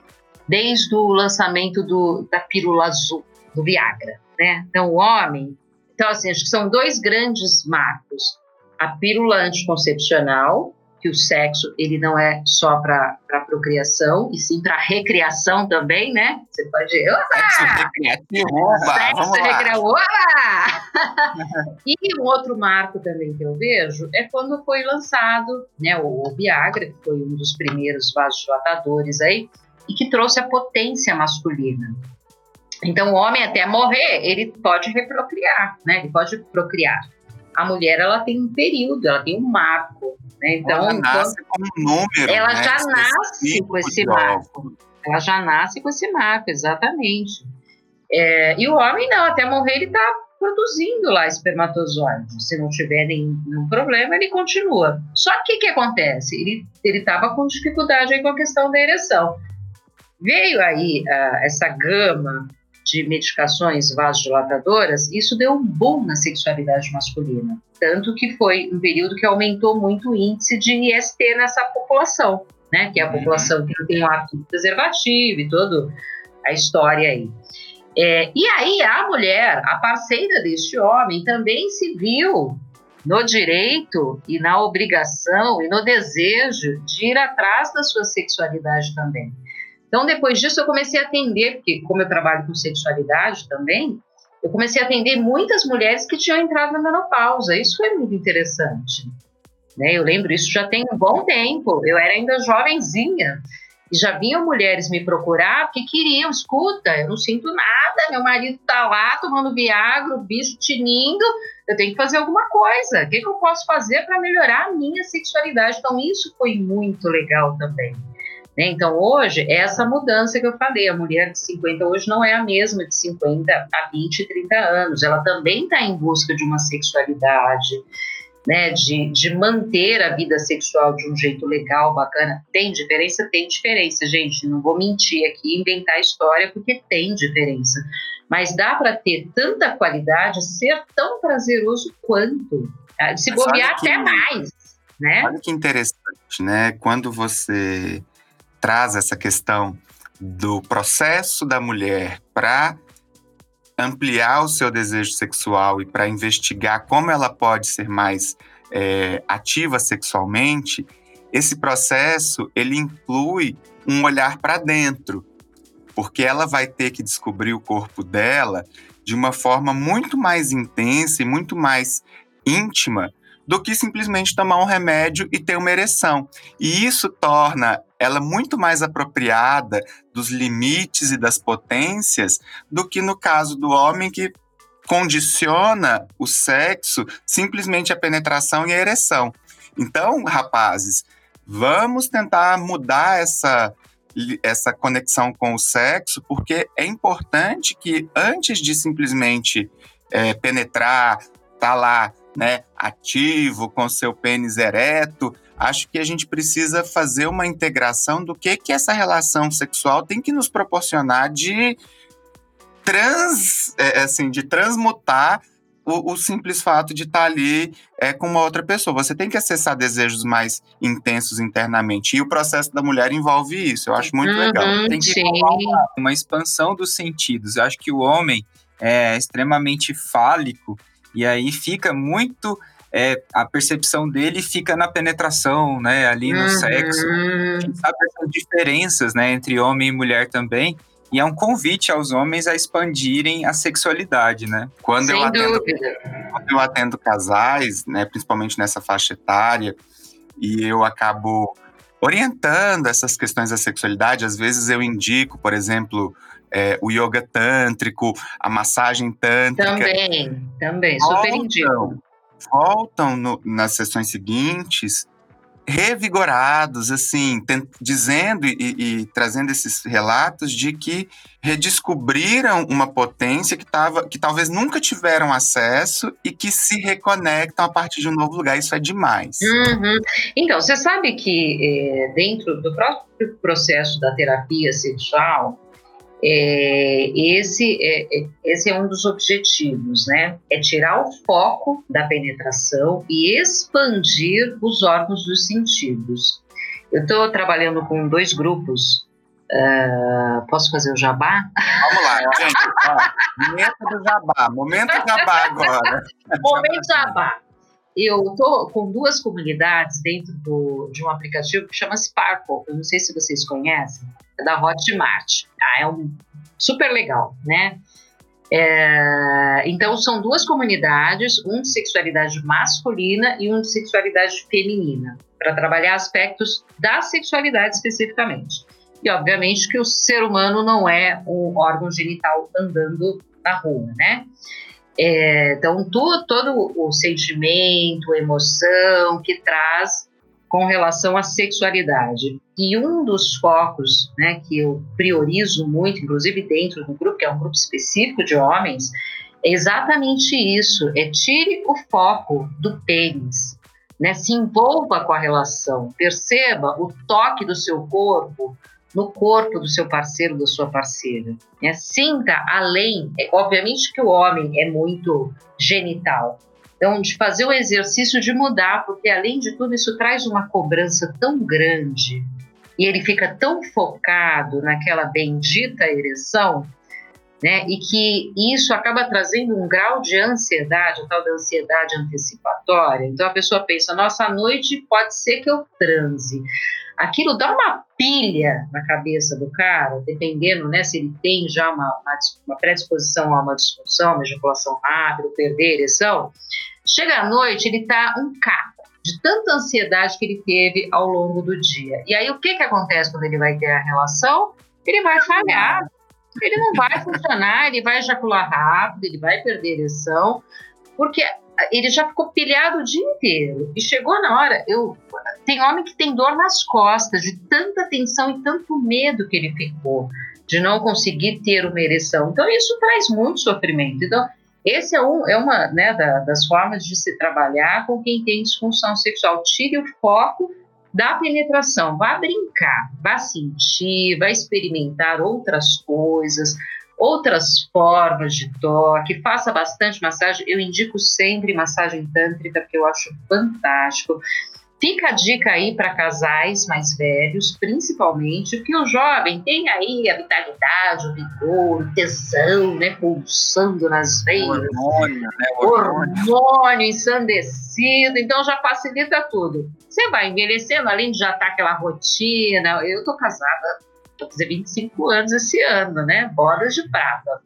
desde o lançamento do, da pílula azul, do Viagra, né? Então, o homem... Então, assim, acho que são dois grandes marcos. A pílula anticoncepcional, que o sexo, ele não é só para procriação, e sim para recriação também, né? Você pode... Opa! Sexo recreativo, oba! Sexo Vamos lá! recreativo, oba! E um outro marco também que eu vejo é quando foi lançado, né, o, o Viagra, que foi um dos primeiros vasodilatadores aí, e que trouxe a potência masculina. Então, o homem até morrer, ele pode reprocriar, né? Ele pode procriar. A mulher, ela tem um período, ela tem um marco, né? Então, ela nasce com um número, ela né, já nasce com esse marco. Ela já nasce com esse marco, exatamente. É, e o homem não, até morrer ele está produzindo lá espermatozoides. Se não tiver nenhum, nenhum problema, ele continua. Só que o que acontece? Ele estava com dificuldade aí com a questão da ereção. Veio aí uh, essa gama de medicações vasodilatadoras, isso deu um boom na sexualidade masculina. Tanto que foi um período que aumentou muito o índice de I S T nessa população, né? Que é a população que não tem o hábito de preservativo e toda a história aí. É, e aí a mulher, a parceira deste homem, também se viu no direito e na obrigação e no desejo de ir atrás da sua sexualidade também. Então, depois disso, eu comecei a atender, porque como eu trabalho com sexualidade também, eu comecei a atender muitas mulheres que tinham entrado na menopausa. Isso foi muito interessante, né? Eu lembro, isso já tem um bom tempo. Eu era ainda jovenzinha. E já vinham mulheres me procurar porque queriam, escuta, eu não sinto nada, meu marido tá lá tomando Viagra, o bicho tinindo, eu tenho que fazer alguma coisa. O que, que eu posso fazer para melhorar a minha sexualidade? Então, isso foi muito legal também. Então, hoje, é essa mudança que eu falei, a mulher de cinquenta hoje não é a mesma de cinquenta a vinte, trinta anos, ela também está em busca de uma sexualidade, né, de, de manter a vida sexual de um jeito legal, bacana. Tem diferença? Tem diferença, gente, não vou mentir aqui, inventar história, porque tem diferença, mas dá para ter tanta qualidade, ser tão prazeroso quanto, tá? Se mas bobear até mais, né? Olha que interessante, né, quando você traz essa questão do processo da mulher para ampliar o seu desejo sexual e para investigar como ela pode ser mais é, ativa sexualmente, esse processo, ele inclui um olhar para dentro, porque ela vai ter que descobrir o corpo dela de uma forma muito mais intensa e muito mais íntima do que simplesmente tomar um remédio e ter uma ereção. E isso torna ela muito mais apropriada dos limites e das potências do que no caso do homem que condiciona o sexo simplesmente a penetração e a ereção. Então, rapazes, vamos tentar mudar essa, essa conexão com o sexo, porque é importante que antes de simplesmente é, penetrar, tá lá, né, ativo, com seu pênis ereto, acho que a gente precisa fazer uma integração do que, que essa relação sexual tem que nos proporcionar de trans, é, assim, de transmutar o, o simples fato de estar ali é, com uma outra pessoa. Você tem que acessar desejos mais intensos internamente. E o processo da mulher envolve isso. Eu acho muito Uhum, legal. Tem que sim. rolar uma, uma expansão dos sentidos. Eu acho que o homem é extremamente fálico e aí fica muito... É, a percepção dele fica na penetração, né? Ali no Uhum. sexo. A gente sabe essas diferenças, né? Entre homem e mulher também. E é um convite aos homens a expandirem a sexualidade, né? Quando Sem eu atendo, dúvida. quando eu atendo casais, né, principalmente nessa faixa etária, e eu acabo orientando essas questões da sexualidade, às vezes eu indico, por exemplo, é, o yoga tântrico, a massagem tântrica. Também, também, super indico. Voltam no, nas sessões seguintes revigorados, assim, tent, dizendo e, e trazendo esses relatos de que redescobriram uma potência que, tava, que talvez nunca tiveram acesso e que se reconectam a partir de um novo lugar. Isso é demais. Uhum. Então, você sabe que é, dentro do próprio processo da terapia sexual, É, esse, é, esse é um dos objetivos, né? É tirar o foco da penetração e expandir os órgãos dos sentidos. Eu estou trabalhando com dois grupos. Uh, posso fazer o jabá? Vamos lá, gente. Ó, momento do jabá. Momento jabá agora. Momento jabá. Eu estou com duas comunidades dentro do, de um aplicativo que chama Sparkle. Eu não sei se vocês conhecem. É da Hotmart. Ah, é um super legal, né? É, então, são duas comunidades, um de sexualidade masculina e um de sexualidade feminina, para trabalhar aspectos da sexualidade especificamente. E, obviamente, que o ser humano não é um órgão genital andando na rua, né? É, então, tu, todo o sentimento, emoção que traz com relação à sexualidade. E um dos focos, né, que eu priorizo muito, inclusive dentro do grupo, que é um grupo específico de homens, é exatamente isso, é tire o foco do pênis, né, se envolva com a relação, perceba o toque do seu corpo no corpo do seu parceiro, da sua parceira, né? Sinta além, é, obviamente que o homem é muito genital, então, de fazer o exercício de mudar, porque, além de tudo, isso traz uma cobrança tão grande e ele fica tão focado naquela bendita ereção, né, e que isso acaba trazendo um grau de ansiedade, a tal da ansiedade antecipatória. Então, a pessoa pensa, nossa, à noite pode ser que eu transe. Aquilo dá uma pilha na cabeça do cara, dependendo, né, se ele tem já uma, uma, uma predisposição a uma disfunção, uma ejaculação rápida, perder a ereção. Chega à noite, ele está um caco de tanta ansiedade que ele teve ao longo do dia. E aí, o que, que acontece quando ele vai ter a relação? Ele vai falhar, ele não vai funcionar, ele vai ejacular rápido, ele vai perder a ereção, porque ele já ficou pilhado o dia inteiro. E chegou na hora, eu, tem homem que tem dor nas costas, de tanta tensão e tanto medo que ele ficou, de não conseguir ter uma ereção. Então, isso traz muito sofrimento. Então, esse é, um, é uma, né, da, das formas de se trabalhar com quem tem disfunção sexual. Tire o foco da penetração, vá brincar, vá sentir, vá experimentar outras coisas, outras formas de toque, faça bastante massagem. Eu indico sempre massagem tântrica, porque eu acho fantástico. Fica a dica aí para casais mais velhos, principalmente, porque o jovem tem aí a vitalidade, o vigor, o tesão, né, pulsando nas veias. O hormônio, né? O hormônio. hormônio ensandecido, então já facilita tudo. Você vai envelhecendo, além de já estar aquela rotina. Eu tô casada, vou fazer vinte e cinco anos esse ano, né, bodas de prata.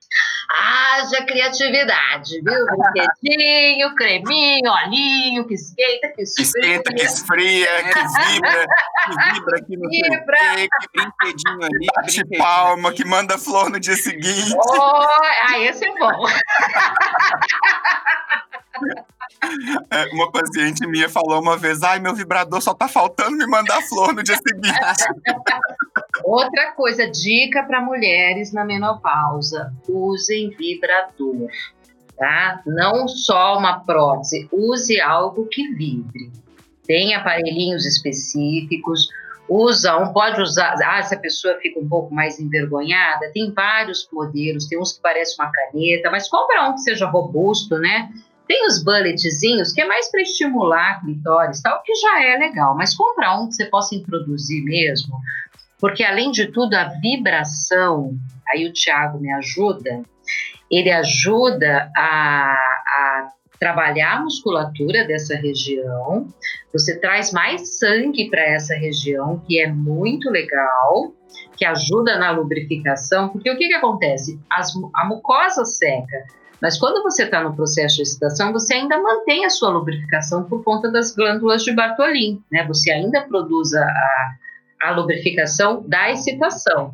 Haja criatividade, viu? Brinquedinho, creminho, olhinho, que esquenta, que esfria. Esquenta, que esfria, que vibra, que vibra aqui no Vibra. seu que brinquedinho ali, bate palma, que manda flor no dia seguinte. Oh, ah, esse é bom. É, uma paciente minha falou uma vez, ai, meu vibrador só tá faltando me mandar flor no dia seguinte. Outra coisa, dica para mulheres na menopausa, usem vibrador, tá? Não só uma prótese, use algo que vibre. Tem aparelhinhos específicos, usa um, pode usar, ah, se a pessoa fica um pouco mais envergonhada, tem vários modelos, tem uns que parecem uma caneta, mas compra um que seja robusto, né? Tem os bulletzinhos, que é mais para estimular a clitóris, tal, que já é legal, mas compra um que você possa introduzir mesmo, porque além de tudo, a vibração, aí o Thiago me ajuda, ele ajuda a, a trabalhar a musculatura dessa região, você traz mais sangue para essa região, que é muito legal, que ajuda na lubrificação, porque o que, que acontece? As, a mucosa seca, mas quando você está no processo de excitação, você ainda mantém a sua lubrificação por conta das glândulas de Bartholin, né? Você ainda produz a, a, a lubrificação da excitação,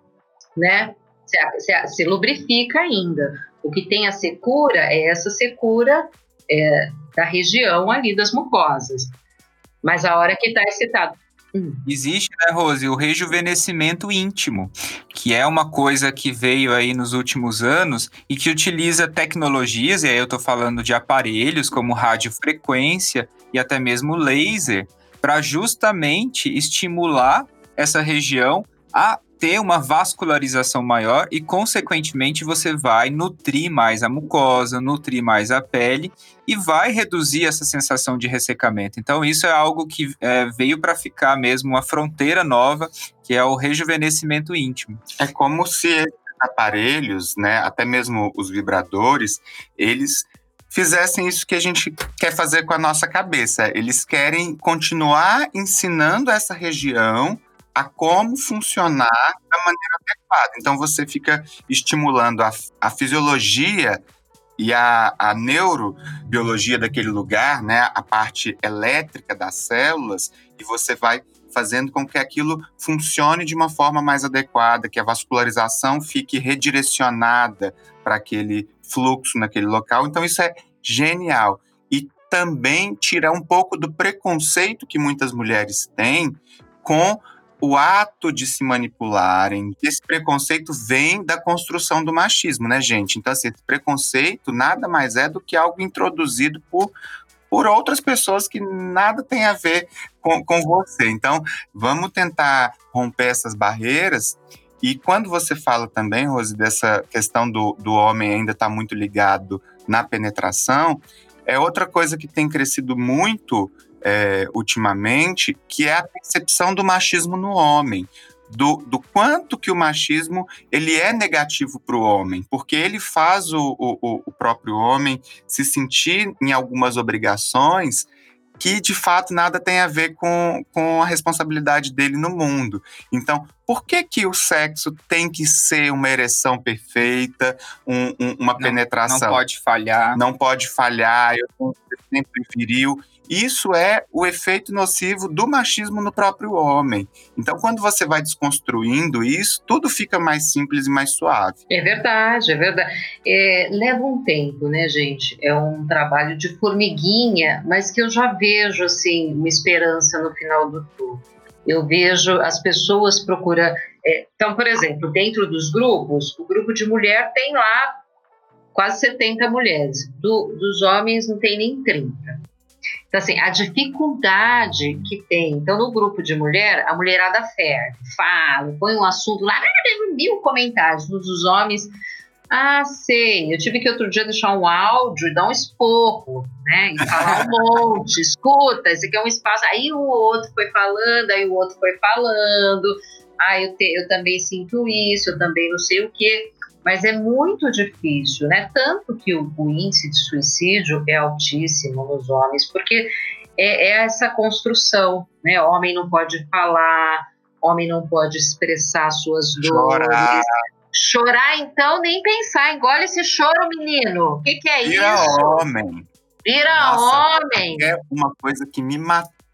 né? Se, se, se lubrifica ainda. O que tem a secura é essa secura é, da região ali das mucosas. Mas a hora que está excitado. Hum. Existe, né, Rose, o rejuvenescimento íntimo, que é uma coisa que veio aí nos últimos anos e que utiliza tecnologias, e aí eu estou falando de aparelhos como radiofrequência e até mesmo laser, para justamente estimular essa região a ter uma vascularização maior e, consequentemente, você vai nutrir mais a mucosa, nutrir mais a pele e vai reduzir essa sensação de ressecamento. Então, isso é algo que é, veio para ficar mesmo, uma fronteira nova, que é o rejuvenescimento íntimo. É como se esses aparelhos, né, até mesmo os vibradores, eles fizessem isso que a gente quer fazer com a nossa cabeça. Eles querem continuar ensinando essa região a como funcionar da maneira adequada. Então, você fica estimulando a, a fisiologia e a, a neurobiologia daquele lugar, né, a parte elétrica das células, e você vai fazendo com que aquilo funcione de uma forma mais adequada, que a vascularização fique redirecionada para aquele fluxo naquele local. Então, isso é genial. E também tirar um pouco do preconceito que muitas mulheres têm com o ato de se manipularem. Esse preconceito vem da construção do machismo, né, gente? Então, assim, esse preconceito nada mais é do que algo introduzido por, por outras pessoas que nada tem a ver com, com você. Então, vamos tentar romper essas barreiras. E quando você fala também, Rose, dessa questão do, do homem ainda estar muito ligado na penetração, é outra coisa que tem crescido muito É, ultimamente, que é a percepção do machismo no homem, do, do quanto que o machismo ele é negativo para o homem, porque ele faz o, o, o próprio homem se sentir em algumas obrigações que, de fato, nada tem a ver com, com a responsabilidade dele no mundo. Então, por que que o sexo tem que ser uma ereção perfeita, um, um, uma não, penetração? Não pode falhar. Não pode falhar, eu tenho que ser sempre viril. Isso é o efeito nocivo do machismo no próprio homem. Então, quando você vai desconstruindo isso, tudo fica mais simples e mais suave. É verdade, é verdade. É, leva um tempo, né, gente? É um trabalho de formiguinha, mas que eu já vejo, assim, uma esperança no final do túnel. Eu vejo as pessoas procurando... É, então, por exemplo, dentro dos grupos, o grupo de mulher tem lá quase setenta mulheres. Do, dos homens não tem nem trinta. Então, assim, a dificuldade que tem. Então, no grupo de mulher, a mulherada ferve, fala, põe um assunto lá, mil comentários. Nos homens, ah, sei, eu tive que outro dia deixar um áudio e dar um esporro, né? E falar um monte, escuta, esse aqui é um espaço. Aí o outro foi falando, aí o outro foi falando. Ah, eu, te, eu também sinto isso, eu também não sei o quê. Mas é muito difícil, né? Tanto que o, o índice de suicídio é altíssimo nos homens, porque é, é essa construção, né? Homem não pode falar, homem não pode expressar suas dores. Chorar. Chorar, então, nem pensar. Engole esse choro, menino. O que, que é Vira isso? Vira homem. Vira Nossa, homem. É uma coisa que me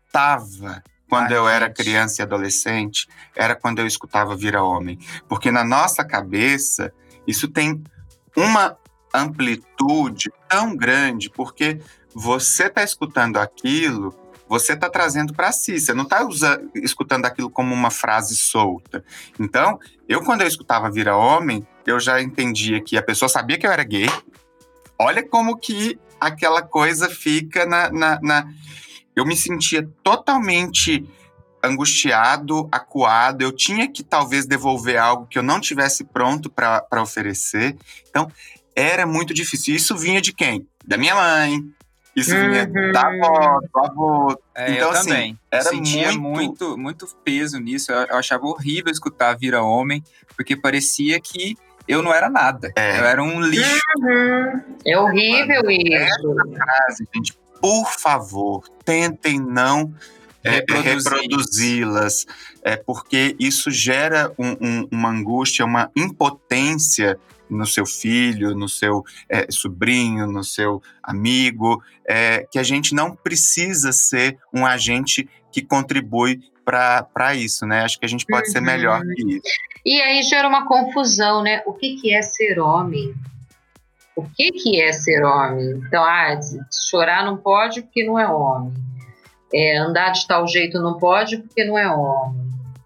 matava quando Ai, eu era gente. criança e adolescente, era quando eu escutava Vira Homem. Porque na nossa cabeça... Isso tem uma amplitude tão grande, porque você está escutando aquilo, você está trazendo para si, você não está escutando aquilo como uma frase solta. Então, eu quando eu escutava Vira Homem, eu já entendia que a pessoa sabia que eu era gay. Olha como que aquela coisa fica na... na, na... Eu me sentia totalmente angustiado, acuado, eu tinha que talvez devolver algo que eu não tivesse pronto para oferecer. Então, era muito difícil. Isso vinha de quem? Da minha mãe. Isso vinha Uhum. da avó, do avô. É, então, eu assim, também. era Sentia muito... muito, muito peso nisso. Eu, eu achava horrível escutar Vira Homem, porque parecia que eu não era nada. É. Eu era um lixo. Uhum. É horrível isso. Essa frase, gente, por favor, tentem não é, Reproduzi- reproduzi-las, é, porque isso gera um, um, uma angústia, uma impotência no seu filho, no seu é, sobrinho, no seu amigo, é, que a gente não precisa ser um agente que contribui para isso, né? Acho que a gente pode Uhum. ser melhor que isso. E aí gera uma confusão, né? O que, que é ser homem? O que, que é ser homem? Então, ah, chorar não pode porque não é homem. É, andar de tal jeito não pode porque não é homem.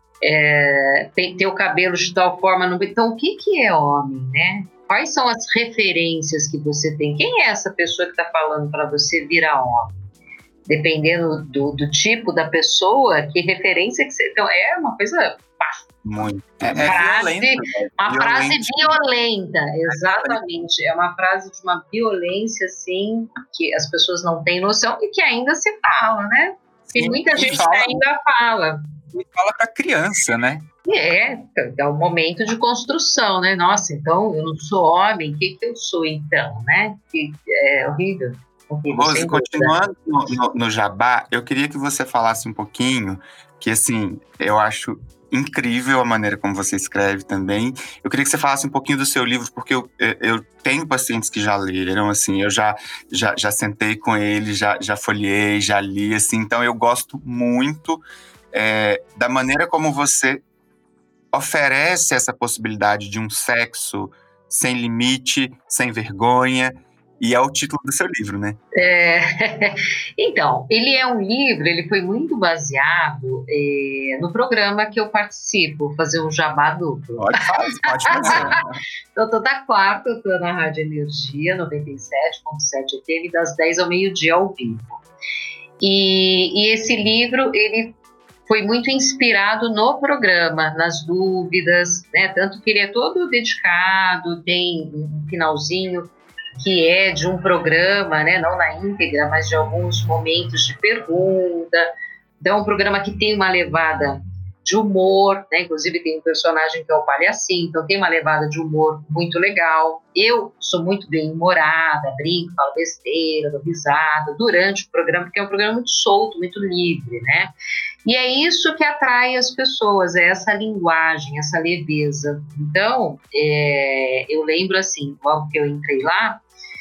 É, tem, ter o cabelo de tal forma não... Então, o que, que é homem, né? Quais são as referências que você tem? Quem é essa pessoa que está falando para você virar homem? Dependendo do, do tipo da pessoa, que referência que você... Então, é uma coisa... Muito. É, é frase, violento. uma Violente. frase violenta, exatamente. É uma frase de uma violência, assim, que as pessoas não têm noção e que ainda se fala, né? Tem Sim, muita e gente fala- que ainda fala. E fala pra criança, né? E é, é um momento de construção, né? Nossa, então eu não sou homem, o que, que eu sou então, né? Que é horrível. horrível Rose, sem dúvida. continuando no, no, no Jabá, eu queria que você falasse um pouquinho, que assim, eu acho incrível a maneira como você escreve também. Eu queria que você falasse um pouquinho do seu livro, porque eu, eu tenho pacientes que já leram, assim, eu já, já, já sentei com eles, já, já folheei, já li, assim, então eu gosto muito é, da maneira como você oferece essa possibilidade de um sexo sem limite, sem vergonha, e é o título do seu livro, né? É, então, ele é um livro, ele foi muito baseado é, no programa que eu participo, fazer um jabá duplo. Pode fazer, pode fazer. Eu tô da quarta, eu tô na Rádio Energia, noventa e sete ponto sete F M, das dez ao meio-dia ao vivo. E, e esse livro, ele foi muito inspirado no programa, nas dúvidas, né? Tanto que ele é todo dedicado, tem um finalzinho que é de um programa, né, não na íntegra, mas de alguns momentos de pergunta. Então, é um programa que tem uma levada de humor, né, inclusive tem um personagem que é o Palhacinho, então tem uma levada de humor muito legal. Eu sou muito bem-humorada, brinco, falo besteira, dou risada durante o programa, porque é um programa muito solto, muito livre, né? E é isso que atrai as pessoas, é essa linguagem, essa leveza. Então, é, eu lembro assim, logo que eu entrei lá,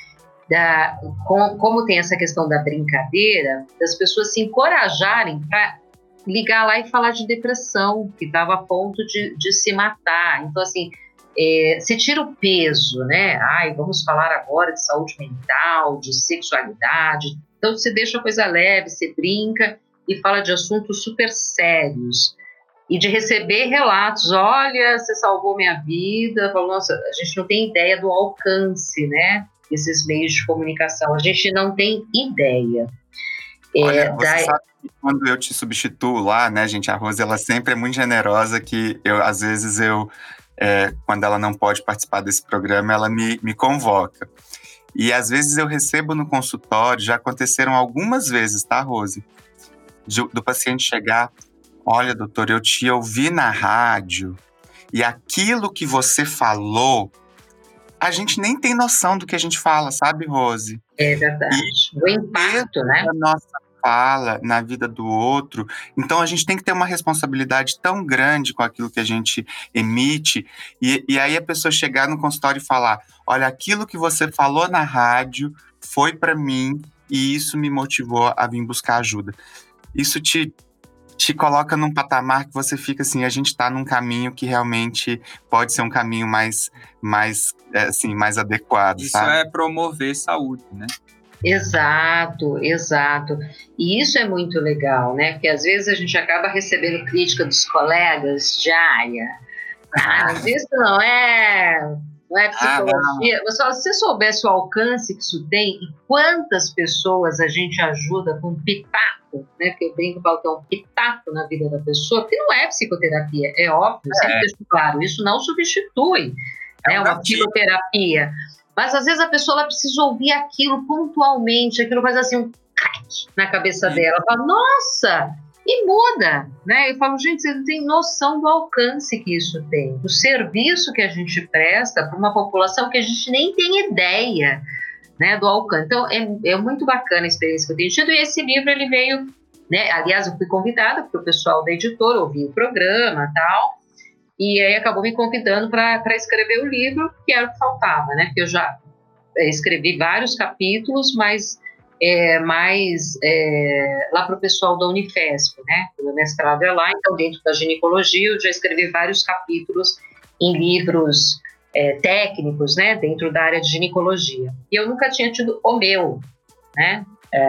Da, com, como tem essa questão da brincadeira, das pessoas se encorajarem para ligar lá e falar de depressão, que estava a ponto de, de se matar. Então, assim, é, se tira o peso, né? Ai, vamos falar agora de saúde mental, de sexualidade. Então, você deixa a coisa leve, você brinca e fala de assuntos super sérios. E de receber relatos, olha, você salvou minha vida. Falo, nossa, a gente não tem ideia do alcance, né? Esses meios de comunicação. A gente não tem ideia. Olha, É, você da... sabe que quando eu te substituo lá, né, gente, a Rose, ela sempre é muito generosa, que eu, às vezes, eu, é, quando ela não pode participar desse programa, ela me, me convoca. E, às vezes, eu recebo no consultório, já aconteceram algumas vezes, tá, Rose? De, do paciente chegar, olha, doutor, eu te ouvi na rádio, e aquilo que você falou, a gente nem tem noção do que a gente fala, sabe, Rose? É verdade. E o impacto, né? A nossa fala na vida do outro. Então, a gente tem que ter uma responsabilidade tão grande com aquilo que a gente emite. E, e aí a pessoa chegar no consultório e falar, olha, aquilo que você falou na rádio foi para mim e isso me motivou a vir buscar ajuda. Isso te... te coloca num patamar que você fica assim, a gente está num caminho que realmente pode ser um caminho mais, mais, assim, mais adequado, Isso sabe? é promover saúde, né? Exato, exato. E isso é muito legal, né? Porque às vezes a gente acaba recebendo crítica dos colegas diária. Ah, mas isso não é, não é Ah, não. psicologia. Se você soubesse o alcance que isso tem e quantas pessoas a gente ajuda com pitaco, né? Que eu brinco, falo que é um pitaco na vida da pessoa, que não é psicoterapia, é óbvio, sempre É, deixo claro, isso não substitui, é né, um uma gatilho. psicoterapia. Mas às vezes a pessoa ela precisa ouvir aquilo pontualmente, aquilo faz assim um crack na cabeça Sim. dela. Ela fala, nossa! E muda, né? Eu falo, gente, você não tem noção do alcance que isso tem, do serviço que a gente presta para uma população que a gente nem tem ideia, né, do alcance. Então, é, é muito bacana a experiência que eu tenho tido, e esse livro, ele veio, né, aliás, eu fui convidada, porque o pessoal da editora ouvia o programa e tal, e aí acabou me convidando para escrever o livro, que era o que faltava, né, porque eu já é, escrevi vários capítulos, mas é, mais é, lá para o pessoal da Unifesp, né, o meu mestrado é lá, então dentro da ginecologia eu já escrevi vários capítulos em livros é, técnicos, né, dentro da área de ginecologia, e eu nunca tinha tido o meu, né,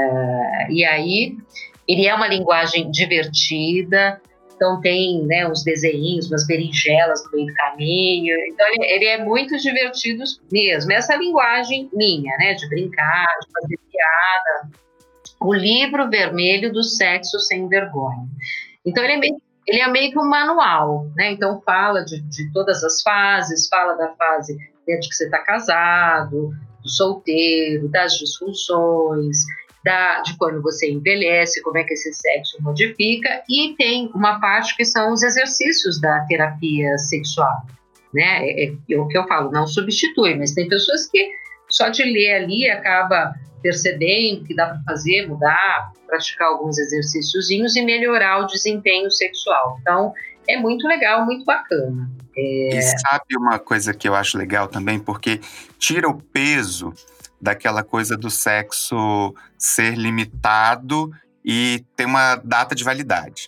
é, e aí ele é uma linguagem divertida, então tem, né, uns desenhinhos, umas berinjelas no meio do caminho, então ele, ele é muito divertido mesmo, essa linguagem minha, né, de brincar, de fazer piada. O livro vermelho do sexo sem vergonha. Então ele é meio, ele é meio que um manual, né, então fala de, de todas as fases, fala da fase desde que você está casado, do solteiro, das disfunções, Da, de quando você envelhece, como é que esse sexo modifica, e tem uma parte que são os exercícios da terapia sexual, né? É, é o que eu falo, não substitui, mas tem pessoas que só de ler ali acaba percebendo que dá para fazer, mudar, praticar alguns exercíciozinhos e melhorar o desempenho sexual. Então, é muito legal, muito bacana. E É... sabe uma coisa que eu acho legal também? Porque tira o peso daquela coisa do sexo ser limitado e ter uma data de validade.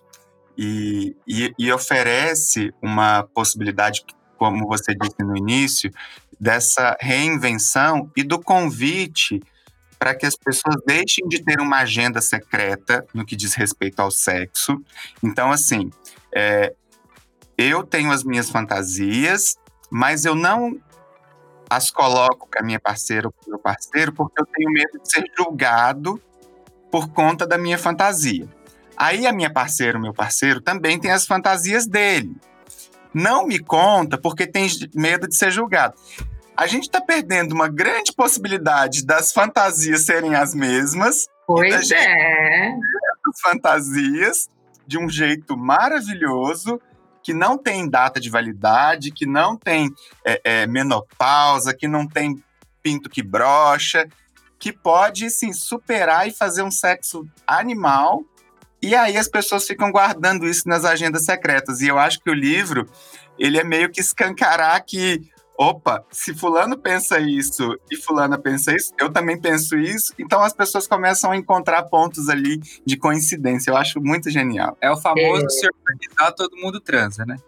E, e, e oferece uma possibilidade, como você disse no início, dessa reinvenção e do convite para que as pessoas deixem de ter uma agenda secreta no que diz respeito ao sexo. Então, assim, é, eu tenho as minhas fantasias, mas eu não as coloco para minha parceira ou para o meu parceiro porque eu tenho medo de ser julgado por conta da minha fantasia. Aí a minha parceira, o meu parceiro, também tem as fantasias dele. Não me conta porque tem medo de ser julgado. A gente está perdendo uma grande possibilidade das fantasias serem as mesmas e da Pois gente é. ter as fantasias de um jeito maravilhoso, que não tem data de validade, que não tem é, é, menopausa, que não tem pinto que brocha, que pode, sim, superar e fazer um sexo animal, e aí as pessoas ficam guardando isso nas agendas secretas. E eu acho que o livro, ele é meio que escancarar que, opa, se fulano pensa isso e fulana pensa isso, eu também penso isso, então as pessoas começam a encontrar pontos ali de coincidência. Eu acho muito genial. É o famoso É. se organizar, todo mundo transa, né?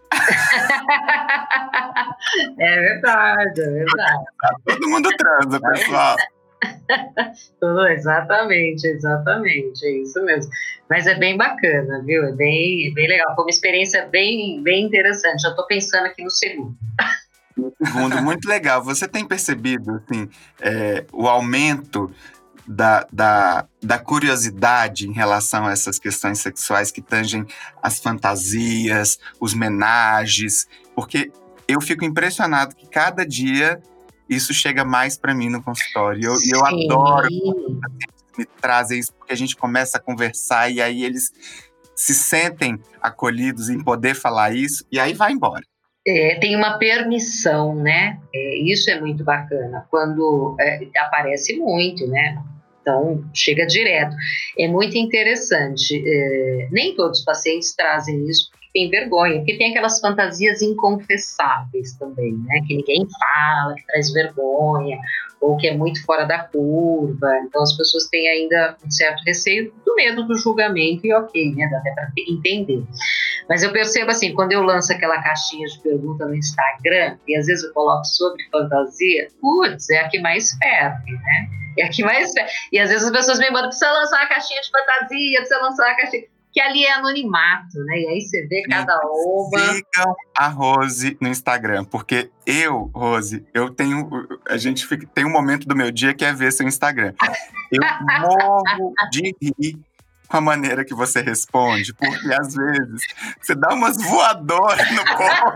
É verdade, é verdade. Todo mundo transa, pessoal. Exatamente, exatamente, é isso mesmo. Mas é bem bacana, viu? É bem, bem legal. Foi uma experiência bem, bem interessante. Já estou pensando aqui no segundo. Segundo, muito legal. Você tem percebido assim, é, o aumento da, da, da curiosidade em relação a essas questões sexuais que tangem as fantasias, os menages? Porque eu fico impressionado que cada dia isso chega mais para mim no consultório. E eu, eu adoro quando me trazem isso, porque a gente começa a conversar e aí eles se sentem acolhidos em poder falar isso, e aí vai embora. É, tem uma permissão, né? É, isso é muito bacana, quando é, aparece muito, né? Então, chega direto. É muito interessante. É, nem todos os pacientes trazem isso porque tem vergonha, porque tem aquelas fantasias inconfessáveis também, né? Que ninguém fala, que traz vergonha, ou que é muito fora da curva. Então, as pessoas têm ainda um certo receio do medo do julgamento, e ok, né? Dá até para entender. Mas eu percebo assim, quando eu lanço aquela caixinha de pergunta no Instagram, e às vezes eu coloco sobre fantasia, putz, é a que mais ferve, né? É a que mais ferve. E às vezes as pessoas me mandam, precisa lançar uma caixinha de fantasia, precisa lançar uma caixinha... Que ali é anonimato, né? E aí você vê cada uma. Sigam a Rose no Instagram, porque eu, Rose, eu tenho... A gente fica, tem um momento do meu dia que é ver seu Instagram. Eu morro de rir com a maneira que você responde, porque às vezes você dá umas voadoras no povo.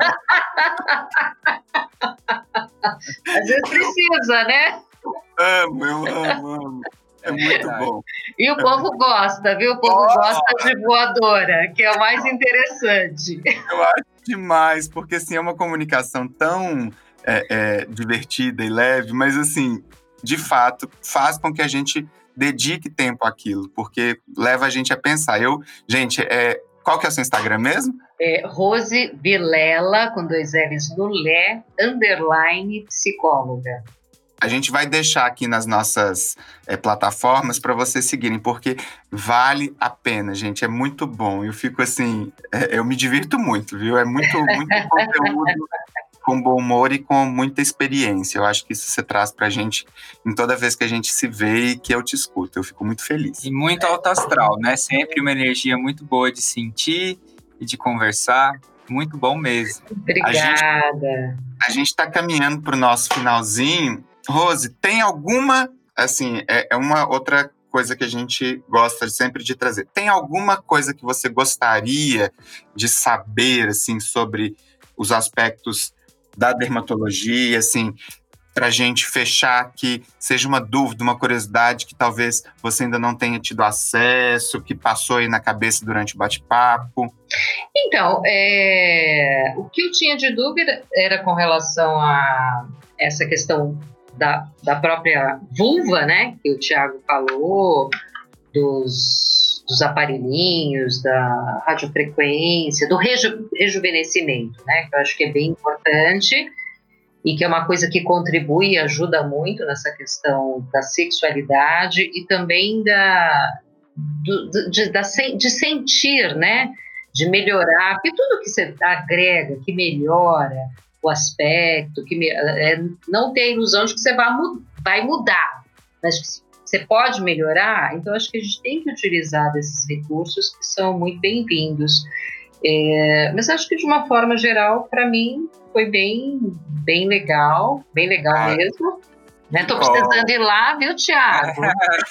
Às vezes precisa, né? Amo, eu amo, amo. É muito bom. E o povo gosta, viu? O povo oh! gosta de voadora, que é o mais interessante. Eu acho demais, porque assim, é uma comunicação tão é, é, divertida e leve, mas assim, de fato, faz com que a gente dedique tempo àquilo, porque leva a gente a pensar. Eu, gente, é, qual que é o seu Instagram mesmo? É Rose Vilela, com dois L's no Lé, underline psicóloga. A gente vai deixar aqui nas nossas é, plataformas para vocês seguirem, porque vale a pena, gente. É muito bom. Eu fico assim, é, eu me divirto muito, viu? É muito, muito conteúdo com bom humor e com muita experiência. Eu acho que isso você traz pra gente em toda vez que a gente se vê e que eu te escuto. Eu fico muito feliz. E muito alto astral, né? Sempre uma energia muito boa de sentir e de conversar. Muito bom mesmo. Obrigada. A gente está caminhando para o nosso finalzinho. Rose, tem alguma, assim, é, é uma outra coisa que a gente gosta sempre de trazer. Tem alguma coisa que você gostaria de saber, assim, sobre os aspectos da dermatologia, assim, para a gente fechar, que seja uma dúvida, uma curiosidade que talvez você ainda não tenha tido acesso, que passou aí na cabeça durante o bate-papo? Então, é, o que eu tinha de dúvida era com relação a essa questão da, da própria vulva, né, que o Thiago falou, dos, dos aparelhinhos, da radiofrequência, do reju, rejuvenescimento, né, que eu acho que é bem importante e que é uma coisa que contribui e ajuda muito nessa questão da sexualidade e também da, do, de, da, de sentir, né, de melhorar, porque tudo que você agrega, que melhora o aspecto, que me, é, não ter a ilusão de que você vai, vai mudar, mas que você pode melhorar, então acho que a gente tem que utilizar desses recursos que são muito bem-vindos. É, mas acho que de uma forma geral, para mim, foi bem, bem legal, bem legal ah, mesmo. Estou né? precisando ir lá, viu, Thiago?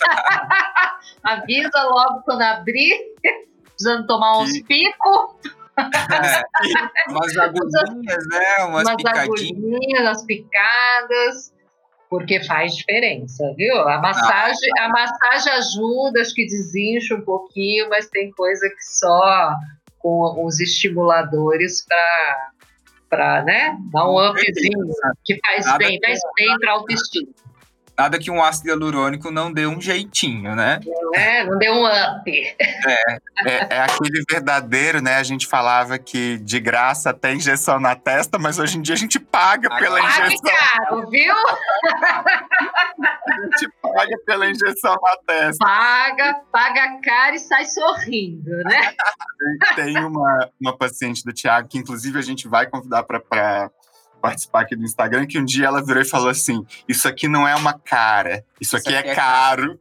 Avisa logo quando abrir, precisando tomar uns picos. É, umas agulhinhas, né? Umas, umas picadinhas. agulhinhas, umas picadas, porque faz diferença, viu? A massagem, ah, a massagem ajuda, acho que desincha um pouquinho, mas tem coisa que só com os estimuladores para para, né, dar um upzinho, que faz Nada bem, que... faz bem para a autoestima. Nada que um ácido hialurônico não dê um jeitinho, né? Não, é, não deu um up. É, é, é aquele verdadeiro, né? A gente falava que de graça tem injeção na testa, mas hoje em dia a gente paga Agora, pela injeção. Paga caro, viu? A gente paga pela injeção na testa. Paga, paga caro e sai sorrindo, né? Tem uma, uma paciente do Thiago, que inclusive a gente vai convidar para participar aqui do Instagram, que um dia ela virou e falou assim, isso aqui não é uma cara, isso, isso aqui, aqui é, é caro.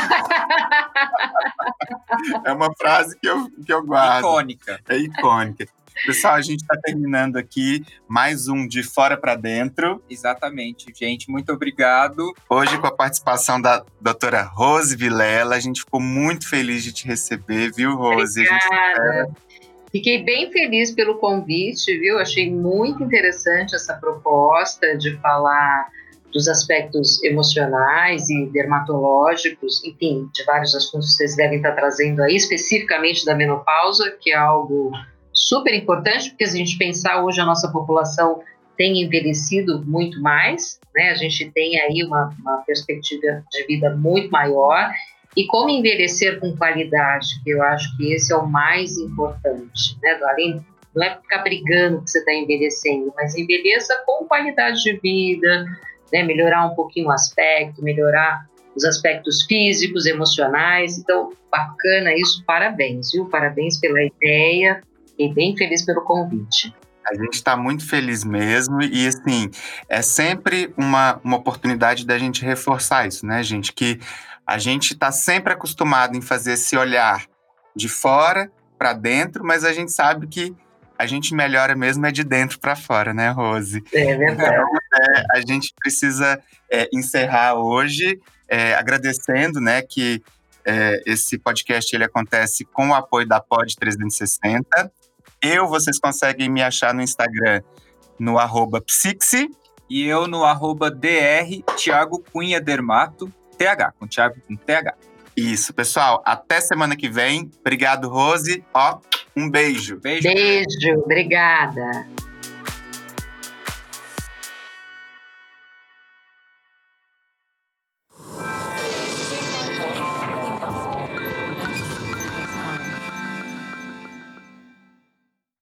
É uma frase que eu, que eu guardo. Icônica. É icônica. Pessoal, a gente está terminando aqui mais um De Fora para Dentro. Exatamente, gente. Muito obrigado. Hoje com a participação da doutora Rose Vilela. A gente ficou muito feliz de te receber, viu, Rose? Obrigada. Fiquei bem feliz pelo convite, viu? Achei muito interessante essa proposta de falar dos aspectos emocionais e dermatológicos, enfim, de vários assuntos que vocês devem estar trazendo aí, especificamente da menopausa, que é algo super importante, porque se a gente pensar hoje a nossa população tem envelhecido muito mais, né? A gente tem aí uma, uma perspectiva de vida muito maior, e como envelhecer com qualidade, que eu acho que esse é o mais importante, né? Além, não é ficar brigando que você está envelhecendo, mas envelheça com qualidade de vida, né? Melhorar um pouquinho o aspecto, melhorar os aspectos físicos, emocionais. Então, bacana isso, parabéns, viu? Parabéns pela ideia. Fiquei bem feliz pelo convite. A gente está muito feliz mesmo e, assim, é sempre uma, uma oportunidade da gente reforçar isso, né, gente? Que a gente está sempre acostumado em fazer esse olhar de fora para dentro, mas a gente sabe que a gente melhora mesmo é de dentro para fora, né, Rose? É verdade. Então, é, a gente precisa é, encerrar hoje é, agradecendo, né, que é, esse podcast ele acontece com o apoio da Pod trezentos e sessenta. Eu, vocês conseguem me achar no Instagram, no arroba Psixi. E eu no arroba dr Thiago Cunha Dermato, T H, com Thiago com T H. Isso, pessoal. Até semana que vem. Obrigado, Rose. Ó, um beijo. Beijo. Beijo, obrigada.